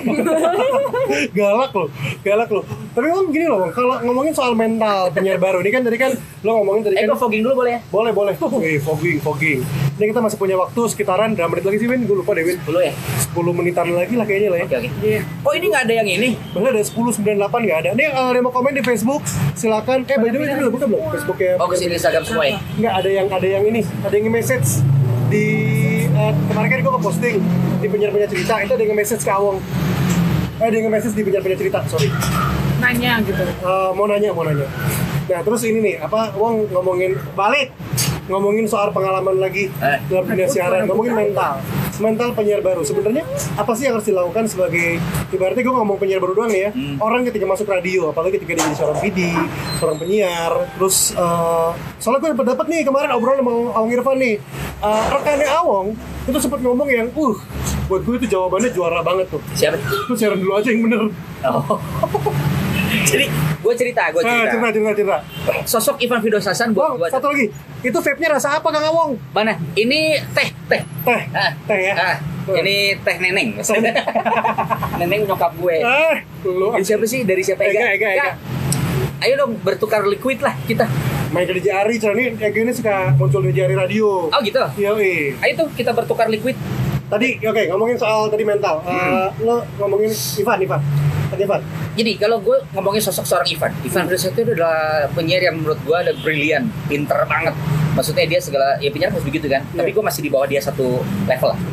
S1: galak loh. Tapi Bang gini loh Bang, kalau ngomongin soal mental penyiar baru ini kan tadi kan lo ngomongin tadi kan.
S2: Gue fogging dulu boleh ya?
S1: Boleh. Fogging. Ini kita masih punya waktu sekitaran berapa menit lagi sih Win? Gue lupa deh Win.
S2: 10 ya?
S1: 10 menitan lagi lah kayaknya lah ya.
S2: Oke. Oh ini nggak ada yang ini?
S1: Bener ada 10.98 nggak ada. Nih ada mau komen di Facebook silakan. By the way ini udah buka belum Facebooknya?
S2: Oh kesini Instagram semua ya?
S1: Nggak ada yang ini, ada yang message di kemarin kan gue nge-posting di penyiar cerita itu ada yang nge-message ke Awong. Ada yang nge-message di penyiar cerita, sorry.
S3: Nanya gitu.
S1: Mau nanya. Nah terus ini nih, Wong ngomongin soal pengalaman lagi dalam dunia siaran, ngomongin mental penyiar baru. Sebenarnya apa sih yang harus dilakukan sebagai ibaratnya gue ngomong penyiar baru doang nih ya. Orang ketika masuk radio, apalagi ketika dia jadi seorang PD, seorang penyiar, terus soalnya gue dapat nih kemarin obrolan sama Awong Irfan nih. Rekannya Awong itu sempat ngomong yang buat gue itu jawabannya juara banget tuh.
S2: Siapa?
S1: Lu siaran dulu aja yang bener.
S2: Oh. Jadi gue cerita.
S1: Cerita.
S2: Sosok Ivan Fidosasan
S1: Bang, satu lagi. Itu vape-nya rasa apa Kang Awong?
S2: Mana? Ini teh.
S1: Teh ya.
S2: Ini teh Neneng. Neneng nyokap gue.
S1: Lu.
S2: Ini siapa sih? Dari siapa?
S1: Ega.
S2: Ayo dong bertukar liquid lah kita.
S1: Main di Jari, Ega ini suka muncul di Jari radio.
S2: Oh gitu?
S1: Iya.
S2: Ayo tuh kita bertukar liquid.
S1: Tadi, ngomongin soal tadi mental. Lo ngomongin Ivan.
S2: Jadi kalau gue ngomongin sosok seorang Ivan Fidosasan itu adalah penyiar yang menurut gue ada brilian, pinter banget. Maksudnya dia segala, ya penyiar harus begitu kan. Tapi gue masih di bawah dia satu level lah.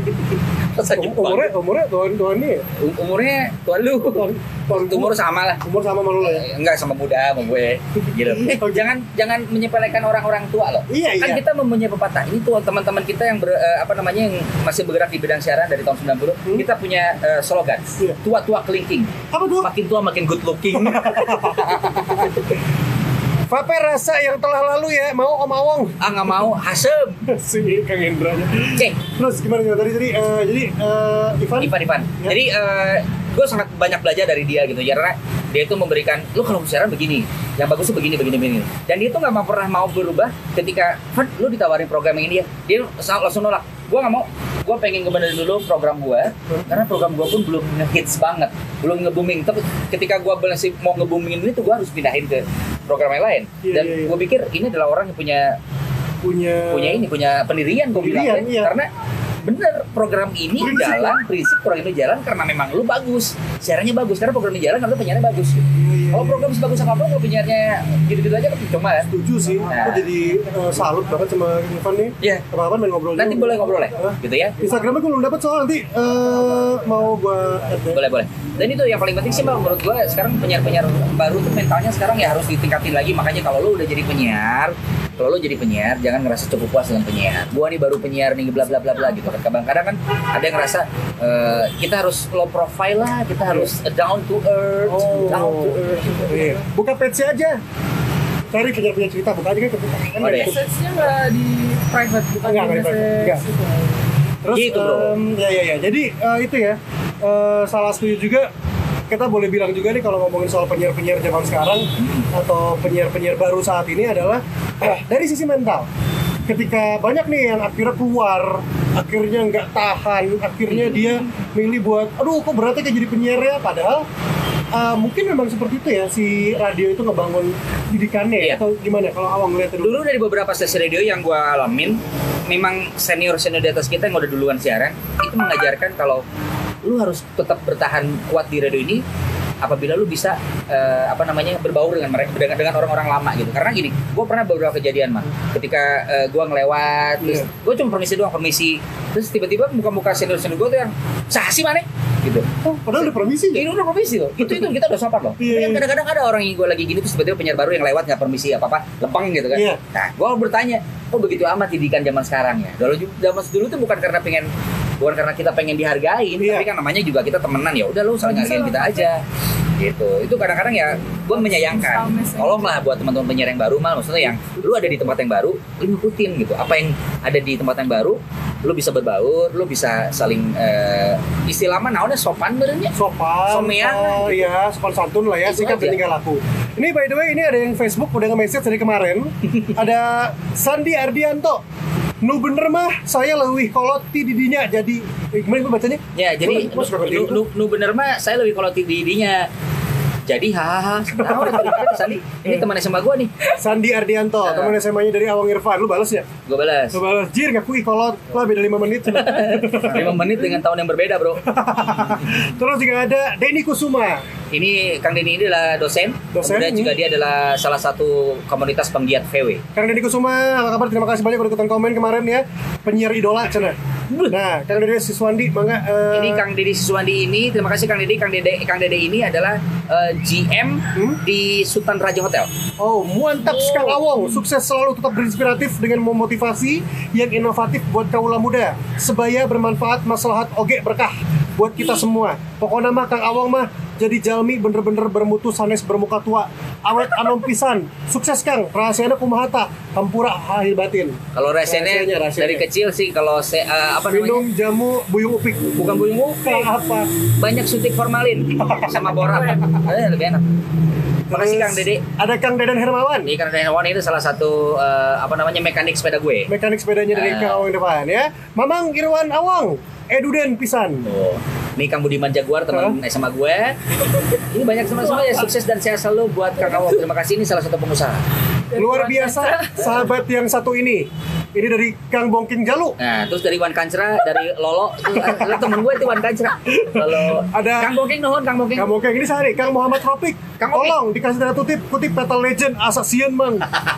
S1: Umurnya tuan nih.
S2: Umurnya tuan lu. Umur sama lah.
S1: Umur sama lu lah ya.
S2: Enggak sama muda sama gue. Gitu. Jangan menyepelekan orang-orang tua loh.
S1: Iya.
S2: Kan kita mempunyai pepatah. Ini tuh teman-teman kita yang yang masih bergerak di bidang siaran dari tahun 90. Kita punya slogan. Tua-tua kelingking.
S1: Apa tuh?
S2: Makin tua makin good looking.
S1: Vape rasa yang telah lalu ya, mau Om Awong?
S2: Nggak mau, hasem.
S1: Si Kang Hendra-nya.
S2: Oke.
S1: Terus gimana tadi? Jadi Ivan.
S2: Ya. Jadi gue sangat banyak belajar dari dia gitu, karena dia itu memberikan, lu kalau siaran begini, yang bagus tuh begini. Dan dia tuh nggak pernah mau berubah ketika, lu ditawarin program ini dia langsung nolak. Gue nggak mau. Gue pengen ngebenerin dulu program gue, karena program gue pun belum nge-hits banget, belum nge-booming. Tapi ketika gue masih mau nge-boomingin itu, gue harus pindahin ke program yang lain. Dan gue pikir ini adalah orang yang punya pendirian, gue bilang karena bener program ini jalan karena memang lu bagus, siarannya bagus, karena program ini jalan karena penyiarnya bagus. Kalau program sebagus apapun, kalau penyiarnya gitu-gitu aja kan cuma ya.
S1: Setuju sih. Aku jadi salut banget sama Ivan nih.
S2: Iya.
S1: Apa-apa main ngobrol.
S2: Nanti boleh ngobrol ya, gitu ya.
S1: Instagramnya gue belum dapat soal nanti mau gue.
S2: Boleh. Dan itu yang paling penting sih Bang, menurut gue sekarang penyiar-penyiar baru tuh mentalnya sekarang ya harus ditingkatin lagi. Makanya kalau lu udah jadi penyiar, jangan ngerasa cukup puas dengan penyiar. Gua nih baru penyiar nih bla bla bla bla gitu kan. Kadang-kadang kan ada yang ngerasa kita harus low profile lah, kita harus down to earth.
S1: Buka page aja. cari penyiar cerita, buka aja kan kebuka. Kan
S2: Ada ya?
S3: Message-nya nggak di private, bukan
S1: Enggak,
S3: di
S1: di private.
S3: message.
S1: Enggak.
S3: Gitu.
S1: Terus
S2: Gitu, bro.
S1: ya. Jadi itu ya. Salah satu juga kita boleh bilang juga nih kalau ngomongin soal penyiar-penyiar zaman sekarang atau penyiar-penyiar baru saat ini adalah dari sisi mental. Ketika banyak nih yang akhirnya keluar, akhirnya nggak tahan, akhirnya dia milih buat, aduh kok beratnya kayak jadi penyiar ya, padahal mungkin memang seperti itu ya si radio itu ngebangun didikannya
S2: Iya.
S1: atau gimana kalau Awang lihat dulu.
S2: Dulu dari beberapa stasiun radio yang gue alamin, memang senior di atas kita yang udah duluan siaran itu mengajarkan kalau lu harus tetap bertahan kuat di radio ini apabila lu bisa berbaur dengan mereka, dengan orang-orang lama gitu. Karena gini, gue pernah beberapa kejadian mah ketika gue ngelewat, terus gue cuma permisi, terus tiba-tiba muka-muka senior gue tuh yang sahasi mana gitu.
S1: Oh, padahal udah permisi ya?
S2: Ini udah permisi loh. Itu kita udah sopan loh.
S1: Iya.
S2: Tapi kan kadang-kadang ada orang yang gue lagi gini terus tiba-tiba penyiar baru yang lewat nggak permisi apa-apa, lempeng gitu kan.
S1: Iya.
S2: Nah, gue bertanya, kok begitu amat didikan zaman sekarang ya? Zaman dulu tuh bukan karena kita pengen dihargain,
S1: Iya.
S2: tapi kan namanya juga kita temenan ya. Udah lu saling hargain kita aja. Gitu. Itu kadang-kadang ya gue menyayangkan. Tolonglah buat teman-teman penyiar yang baru mal, maksudnya yang lu ada di tempat yang baru, lu ngikutin gitu. Apa yang ada di tempat yang baru, lu bisa berbaur, lu bisa saling istilah mana udah sopan benernya.
S1: Sopan,
S2: Somean.
S1: iya, sopan santun lah ya,
S2: Itu
S1: sikap
S2: aja.
S1: dan tingkah laku. Ini by the way, ini ada yang Facebook udah nge-message dari kemarin. Ada Sandi Ardianto. Nu bener mah, saya lebih koloti didinya jadi gimana gue bacanya?
S2: Ya, jadi
S1: Gua suka ngerti itu.
S2: nu bener mah saya lebih kalau didinya. Jadi hahaha. Tahu dari Sandi. Ini teman SMA gua nih.
S1: Sandi Ardianto, teman SMA-nya dari Awang Irfan. Lu balas ya?
S2: Gua balas.
S1: Lu balas. Jir, ngakui kolot. Lah beda 5 menit.
S2: 5 menit dengan tahun yang berbeda, Bro.
S1: Terus juga ada Denny Kusuma.
S2: Ini Kang Denny ini adalah dosen.
S1: Dosen,
S2: Kemudian juga dia adalah salah satu komunitas penggiat VW.
S1: Kang Denny Kusuma, apa kabar? Terima kasih banyak udah ikutan komen kemarin ya. Penyiar idola cenah. Nah, Kang Denny Siswandi, mangga
S2: Ini Kang Deddy Siswandi ini, terima kasih Kang Deddy. Kang Deddy ini adalah GM di Sultan Raja Hotel.
S1: Oh, mantap Kang Awong. Sukses selalu, tetap berinspiratif dengan memotivasi yang inovatif buat kaula muda. Sebaya bermanfaat, maslahat oge berkah buat kita semua. Pokoknya mah Kang Awong mah jadi jalmi bener-bener bermutu sanes bermuka tua. Awet anom pisan. Sukses Kang. Rahasiana kumaha ta? Hampura hahil batin.
S2: Kalau rahasianya dari kecil sih kalau
S1: Minum jamu buyung upik.
S2: bukan buyung upik,
S1: Apa?
S2: banyak suntik formalin sama borak. Lebih enak. Makasih Kang Dede.
S1: Ada Kang Dedan Hermawan.
S2: Ini Kang Dede Hermawan itu salah satu mekanik sepeda gue.
S1: Mekanik sepedanya dari Kang Awong depan ya. Mamang Irwan Awang. Eduden pisan.
S2: Tuh. Ini Kang Budiman Jaguar teman SMA gue. Ini banyak sama-sama ya, sukses dan sehat selalu buat Kang Awang. Terima kasih, ini salah satu pengusaha.
S1: Luar biasa sahabat yang satu ini. Ini dari Kang Bongking Jalu.
S2: Nah, terus dari Wan Kancra, dari Lolo, itu temen gue itu Wan Kancra. Lalu
S1: Ada
S2: Kang Bongking nuhun, Kang Bongking.
S1: Kang Bongking ini sehari.Ang Muhammad Tropik.
S2: Kang Opik.
S1: Tolong dikasih tanda kutip Battle Legend Assassin Mang.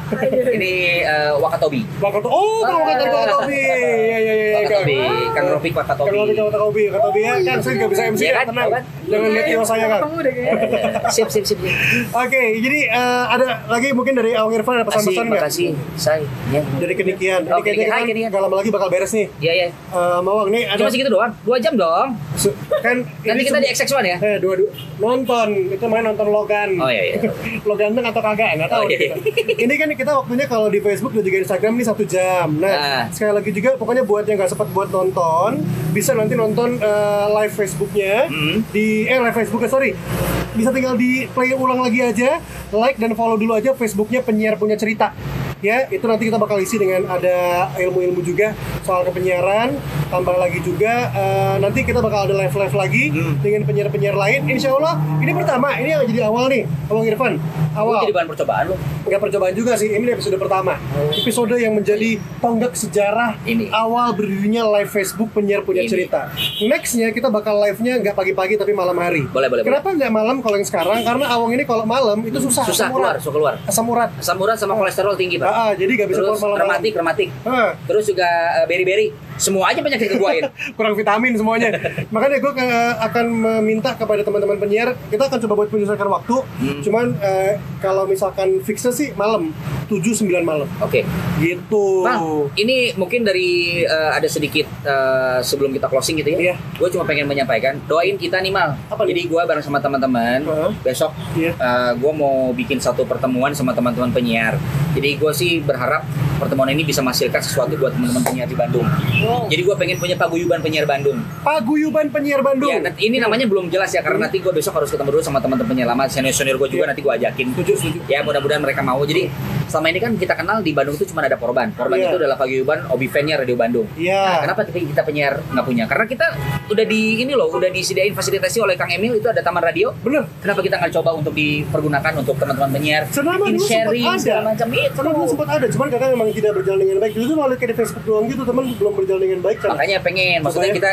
S2: Ini Wakatobi.
S1: Kang Wakatobi. Ya.
S2: Wakatobi, Kang Ropik Wakatobi.
S1: Kang Wakatobi ya. Kan saya nggak bisa MC
S2: Iya
S1: ya,
S2: kan?
S1: tenang.
S2: Iya kan?
S1: Jangan lihat io saya Kang.
S3: Ketemu deh kayaknya.
S2: Sip.
S1: Oke, jadi ada lagi mungkin dari Awang Irfan ada pesan-pesan nggak?
S2: Makasih, say. Ya.
S1: Dari Kenikian.
S2: Oh,
S1: Ini kayaknya
S2: Kenikian.
S1: kan nggak lama lagi bakal beres nih.
S2: Iya.
S1: Mawang nih ada
S2: Cuma segitu doang. 2 jam dong.
S1: kan
S2: Nanti kita di XX1 ya.
S1: dua nonton itu main nonton Logan.
S2: Oh iya.
S1: Lo ganteng atau kagak nggak tahu
S2: Oh, iya.
S1: kita. Ini kan kita waktunya kalau di Facebook dan juga Instagram ini 1 jam. Nah, sekali lagi juga pokoknya buat yang nggak sempat buat nonton bisa nanti nonton live Facebooknya di live Facebooknya sorry bisa tinggal di play ulang lagi aja, like dan follow dulu aja Facebooknya Penyiar Punya Cerita. Ya, itu nanti kita bakal isi dengan ada ilmu-ilmu juga soal kepenyiaran. Tambah lagi juga nanti kita bakal ada live lagi dengan penyiar-penyiar lain. Insya Allah ini pertama, ini yang jadi awal nih, Awang Irfan. Awal.
S2: Jadi bahan percobaan lu.
S1: Nggak percobaan juga sih, ini episode pertama. Episode yang menjadi tonggak sejarah
S2: Ini.
S1: awal berdirinya live Facebook Penyiar Punya
S2: Ini.
S1: Cerita. Nextnya kita bakal live-nya nggak pagi-pagi tapi malam hari.
S2: Boleh.
S1: Kenapa nggak malam kalau yang sekarang? Karena Awang ini kalau malam itu susah.
S2: Susah
S1: asam urat.
S2: keluar.
S1: Asam urat.
S2: Asam urat sama kolesterol tinggi, Pak.
S1: Jadi gak bisa
S2: terus
S1: keluar malam-malam.
S2: rematik. Terus juga beri-beri. Semua aja penyakit keguain.
S1: Kurang vitamin semuanya. Makanya gue akan meminta kepada teman-teman penyiar, kita akan coba buat menyesuaikan waktu. Cuman kalau misalkan fixnya sih malam 7-9 malam.
S2: Oke.
S1: Gitu.
S2: Bang, ini mungkin dari ada sedikit sebelum kita closing gitu ya.
S1: Iya.
S2: Gue cuma pengen menyampaikan, doain kita nih Mal.
S1: Apa nih?
S2: Jadi gue bareng sama teman-teman besok gue mau bikin satu pertemuan sama teman-teman penyiar. Jadi gue sih berharap pertemuan ini bisa menghasilkan sesuatu buat teman-teman penyiar di Bandung. Jadi gue pengen punya paguyuban penyiar Bandung.
S1: Paguyuban penyiar Bandung.
S2: Ya, ini namanya belum jelas ya karena nanti gue besok harus ketemu dulu sama teman-teman penyiar lama, senior gue juga nanti gue ajakin.
S1: Setuju.
S2: Ya mudah-mudahan mereka mau. Jadi selama ini kan kita kenal di Bandung itu cuma ada Korban. Korban itu adalah paguyuban Obi-Fan-nya Radio Bandung. Nah, kenapa kita penyiar nggak punya? Karena kita udah udah disediain fasilitasi oleh Kang Emil, itu ada taman radio.
S1: Bener.
S2: Kenapa kita nggak coba untuk dipergunakan untuk teman-teman penyiar?
S1: Bikin
S2: sharing segala macam itu.
S1: Dulu sempat ada, cuman kadang memang tidak berjalan dengan baik. Dulu malah kayak di Facebook doang gitu, teman belum berjalan dengan baik kan.
S2: Makanya pengen, maksudnya kita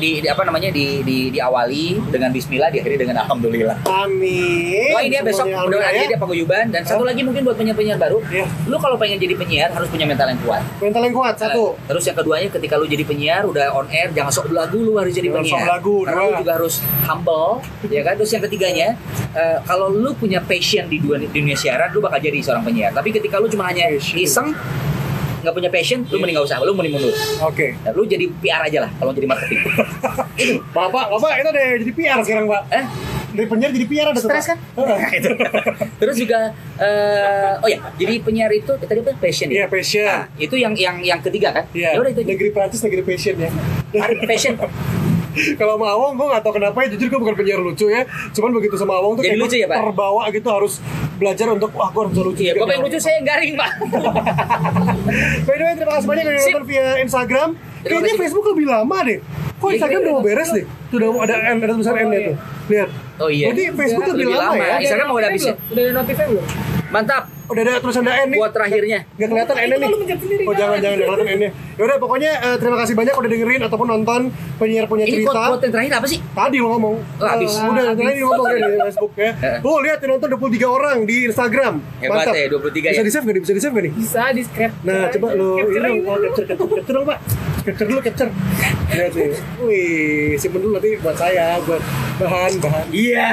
S2: diawali dengan bismillah, diakhiri dengan alhamdulillah.
S1: Amin.
S2: Doain dia besok, mudah-mudahan dia paguyuban. Dan satu lagi mungkin buat penyiar-penyiar baru, lu kalau pengen jadi penyiar harus punya mental yang kuat.
S1: Mental yang kuat, satu.
S2: Terus yang keduanya, ketika lu jadi penyiar udah on air, jangan sok belagu lu harus jadi penyiar. Karena lu juga harus humble, ya kan. Terus yang ketiganya, kalau lu punya passion di dunia siaran, lu bakal jadi seorang penyiar. Tapi ketika lu cuma hanya iseng, nggak punya passion, lu mending nggak usah, lu mending mundur.
S1: Oke.
S2: Nah, lu jadi PR aja lah kalau jadi marketing.
S1: Bapak itu deh jadi PR sekarang, Pak. Dari penyiar jadi PR ada
S2: stres kan? Terus juga jadi penyiar itu tadi apa? Passion ya?
S1: Iya, passion.
S2: Nah, itu yang ketiga kan?
S1: Iya.
S2: Ya udah itu.
S1: Negeri Prancis, negeri passion ya.
S2: Passion.
S1: Kalau sama Awong, gue gak tau kenapa ya, jujur gue bukan penyiar lucu ya. Cuman begitu sama Awong tuh
S2: jadi
S1: kayak
S2: lucu ya, Pak?
S1: terbawa gitu, harus belajar untuk, wah gue harus bisa lucu.
S2: Iya, gue pengen lucu, saya yang garing, Pak.
S1: By the way, terima kasih banyak yang nonton via Instagram. Kayaknya Facebook lebih lama deh. Kok Instagram udah mau beres deh? Tuh udah ada tulisan N-nya tuh. Lihat.
S2: Oh iya.
S1: Jadi Facebook lebih lama ya.
S2: Instagram mau udah habis ya?
S3: Udah ada notifnya belum?
S2: Mantap.
S1: Udah ada tulisan N nih.
S2: Buat terakhirnya.
S1: Gak kelihatan N-nya nih. Oh jangan kelihatan N-nya. Yaudah pokoknya terima kasih banyak udah dengerin ataupun nonton penyiar punya cerita.
S2: Ini quote yang terakhir apa sih?
S1: Tadi lo ngomong.
S2: Habis.
S1: Udah tadi ngomong ya di Facebook ya. Tuh lihat yang nonton 23 orang di Instagram.
S2: Hebat ya 23
S1: ya. Bisa di-save gak nih?
S3: Bisa di scrap.
S1: Nah coba lo ini capture dong Pak. Capture. Lihat nih. Wih, simpen dulu nanti buat saya, buat bahan. Iya.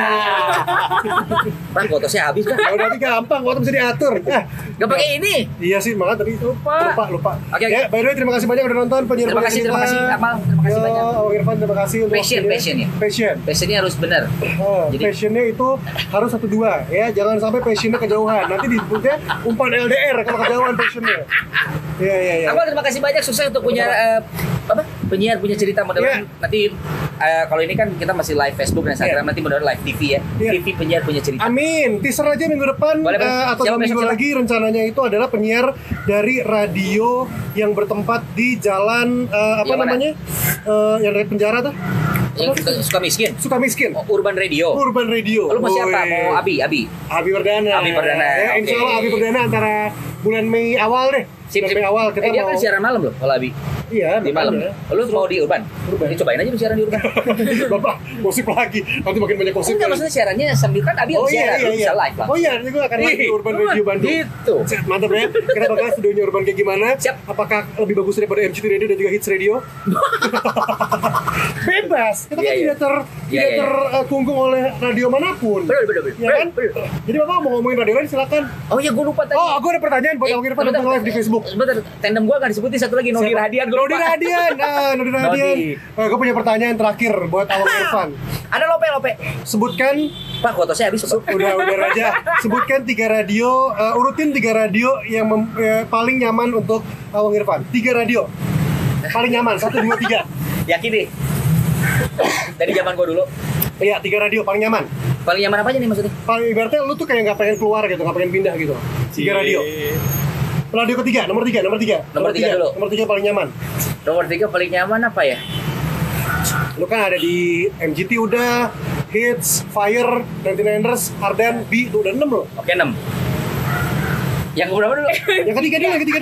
S2: Pak, foto saya habis kan?
S1: Ya udah nanti gampang, foto bisa diatur.
S2: Gak pakai ini.
S1: Iya sih, makanya tadi lupa.
S2: Oke.
S1: Ya, by the way terima kasih banyak udah nonton penyiar.
S2: Terima kasih Amal. Terima kasih banyak.
S1: Irfan, terima kasih untuk
S2: passion ya. Passionnya harus benar.
S1: Jadi passionnya itu harus 1-2 ya, jangan sampai passionnya kejauhan. Nanti disebutnya umpan LDR kalau kejauhan passionnya. Iya.
S2: Amal, terima kasih banyak, sukses untuk punya penyiar punya cerita. Mudah-mudahan nanti kalau ini kan kita masih live Facebook dan Instagram, nanti mudah-mudahan live TV ya. TV penyiar punya cerita.
S1: Amin. Teaser aja minggu depan atau 2 minggu lagi rencananya itu adalah penyiar dari radio yang bertempat di jalan namanya? Yang dari penjara tuh?
S2: Yang Sukamiskin.
S1: Urban Radio.
S2: Lu mau siapa? Mau Abi Perdana.
S1: Ya, insya Allah Abi Perdana antara bulan Mei awal deh. Mei awal kita
S2: dia
S1: mau.
S2: kan siaran malam loh kalau Abi.
S1: Iya,
S2: di malam. Lu mau di Urban? Cobain aja lu siaran di Urban.
S1: Bapak, gosip lagi. Nanti makin banyak gosip.
S2: Enggak, maksudnya siarannya sambil kan Abi harus siaran, bisa live lah.
S1: Oh iya, nanti gue akan live di Urban Radio Bandung.
S2: Gitu.
S1: Mantap ya. Kita bakal studionya Urban kayak gimana?
S2: Siap.
S1: Apakah lebih bagus daripada MCT Radio dan juga Hits Radio? Bebas. Kita kan tidak terkungkung oleh radio manapun.
S2: Betul.
S1: Ya kan? Jadi Bapak mau ngomongin radio lain silakan.
S2: Oh iya, gue lupa tadi.
S1: Oh, gue ada pertanyaan buat Om Irfan tentang live di Facebook.
S2: Sebentar, tandem gue akan disebutin satu lagi, Nodi Radian.
S1: Nodi Radian. Gue punya pertanyaan terakhir buat Awang Irfan.
S2: Ada Lope.
S1: Sebutkan.
S2: Pak, foto saya habis.
S1: Udah aja. Sebutkan 3 radio, urutin 3 radio yang paling nyaman untuk Awang Irfan. 3 radio paling nyaman, 1, 2, 3.
S2: Yakin deh. Dari zaman gue dulu.
S1: Iya, 3 radio paling nyaman.
S2: Paling nyaman apa aja nih maksudnya?
S1: Paling ibaratnya lu tuh kayak nggak pengen keluar gitu, nggak pengen pindah gitu. 3 radio. Radio ketiga, nomor 3
S2: dulu.
S1: Nomor 3 paling nyaman.
S2: Nomor 3 paling nyaman apa ya?
S1: Lu kan ada di MGT udah, Hits, Fire, 99ers, Arden, B, itu udah 6 loh.
S2: Oke, 6. Yang berapa dulu?
S1: Yang ketiga dulu.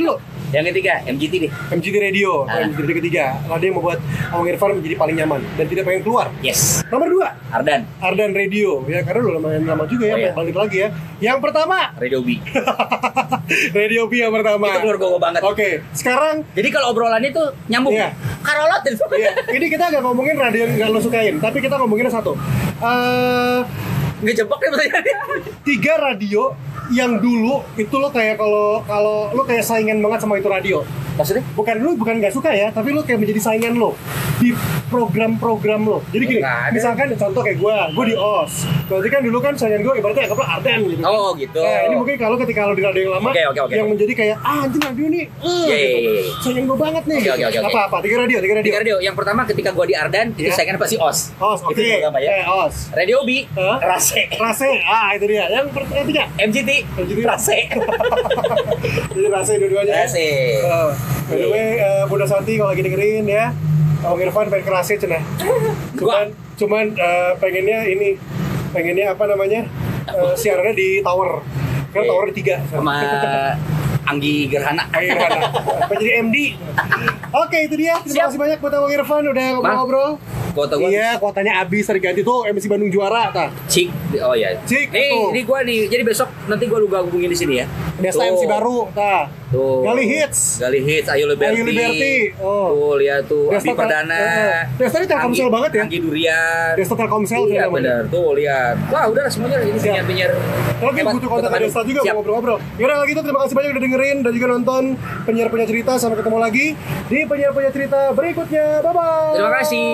S2: Yang ketiga, MGT deh.
S1: MGT Radio, MGT Radio ketiga. Radio yang membuat Awang Irfan menjadi paling nyaman dan tidak pengen keluar.
S2: Yes.
S1: Nomor 2,
S2: Ardan
S1: Radio. Ya karena udah lumayan lama juga ya, balik lagi ya. Yang pertama,
S2: Radio B.
S1: Radio B yang pertama.
S2: Itu keluarga gue banget.
S1: Oke, sekarang
S2: Jadi kalau obrolannya tuh nyambung.
S1: Iya.
S2: Karolot itu.
S1: iya, ini kita nggak ngomongin radio yang nggak lo sukain, tapi kita ngomonginnya satu.
S2: Ngejebak ya pertanyaannya.
S1: 3 radio yang dulu itu lo kayak kalau lo kayak saingan banget sama itu radio.
S2: Maksudnya?
S1: Bukan nggak suka ya, tapi lo kayak menjadi saingan lo di program-program lo. Jadi gini,
S2: Nggak ada.
S1: misalkan contoh kayak gue di OS. Berarti kan dulu kan saingan gue ibaratnya anggaplah Ardan gitu.
S2: Oh gitu.
S1: Nah, ini mungkin ketika lo di radio yang lama
S2: Oke.
S1: yang menjadi kayak anjing radio nih.
S2: Iya.
S1: Saingan gue banget nih.
S2: Oke.
S1: Apa? 3 radio.
S2: Tiga radio. Yang pertama ketika gua di Ardan itu
S1: Iya.
S2: saingan pasti OS.
S1: OS, oke.
S2: Itu pertama ya.
S1: OS.
S2: Radio B,
S1: Hah?
S2: Rase.
S1: Rase, itu dia. Yang ketiga,
S2: MGT, Rase.
S1: jadi Rase dua-duanya.
S2: Rase.
S1: By the way, Bunda Santi kalau lagi dengerin ya, Awang Irfan pengen ke Rase cenah. Cuman pengennya apa namanya? Siarannya di tower. Kan
S2: Oke.
S1: tower di 3.
S2: Sama Anggi Gerhana.
S1: Ayo Irfan. Pengen jadi MD. Oke, itu dia. Terima kasih banyak buat Awang Irfan udah ngobrol-ngobrol.
S2: Kota gua
S1: Iya, kuotanya habis terganti tuh MC Bandung juara tah.
S2: Cik. Oh iya.
S1: Cik, tuh.
S2: Ini gua nih. Jadi besok nanti gua lu gabungin di sini ya.
S1: Desta
S2: Tuh.
S1: MC baru tah.
S2: Tuh.
S1: Gali Hits.
S2: Ayo Liberty.
S1: Ayo Liberty. Oh.
S2: Tuh lihat tuh
S1: Desta
S2: Abi Perdana.
S1: Desta ini Telkomsel banget ya.
S2: Anggi Durian.
S1: Desta Telkomsel
S2: Iya
S1: namanya.
S2: benar. Tuh lihat. Wah, udah semuanya ini
S1: Siap.
S2: penyiar.
S1: Kalau kita butuh konten dari Desta juga
S2: Siap.
S1: mau ngobrol-ngobrol. Yaudah kalau gitu terima kasih banyak udah dengerin dan juga nonton penyiar-penyiar cerita. Sampai ketemu lagi di penyiar-penyiar cerita berikutnya. Bye-bye.
S2: Terima kasih.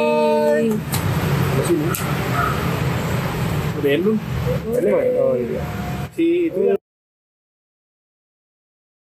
S1: Udah belum? Ini mana? Oh iya. Si itu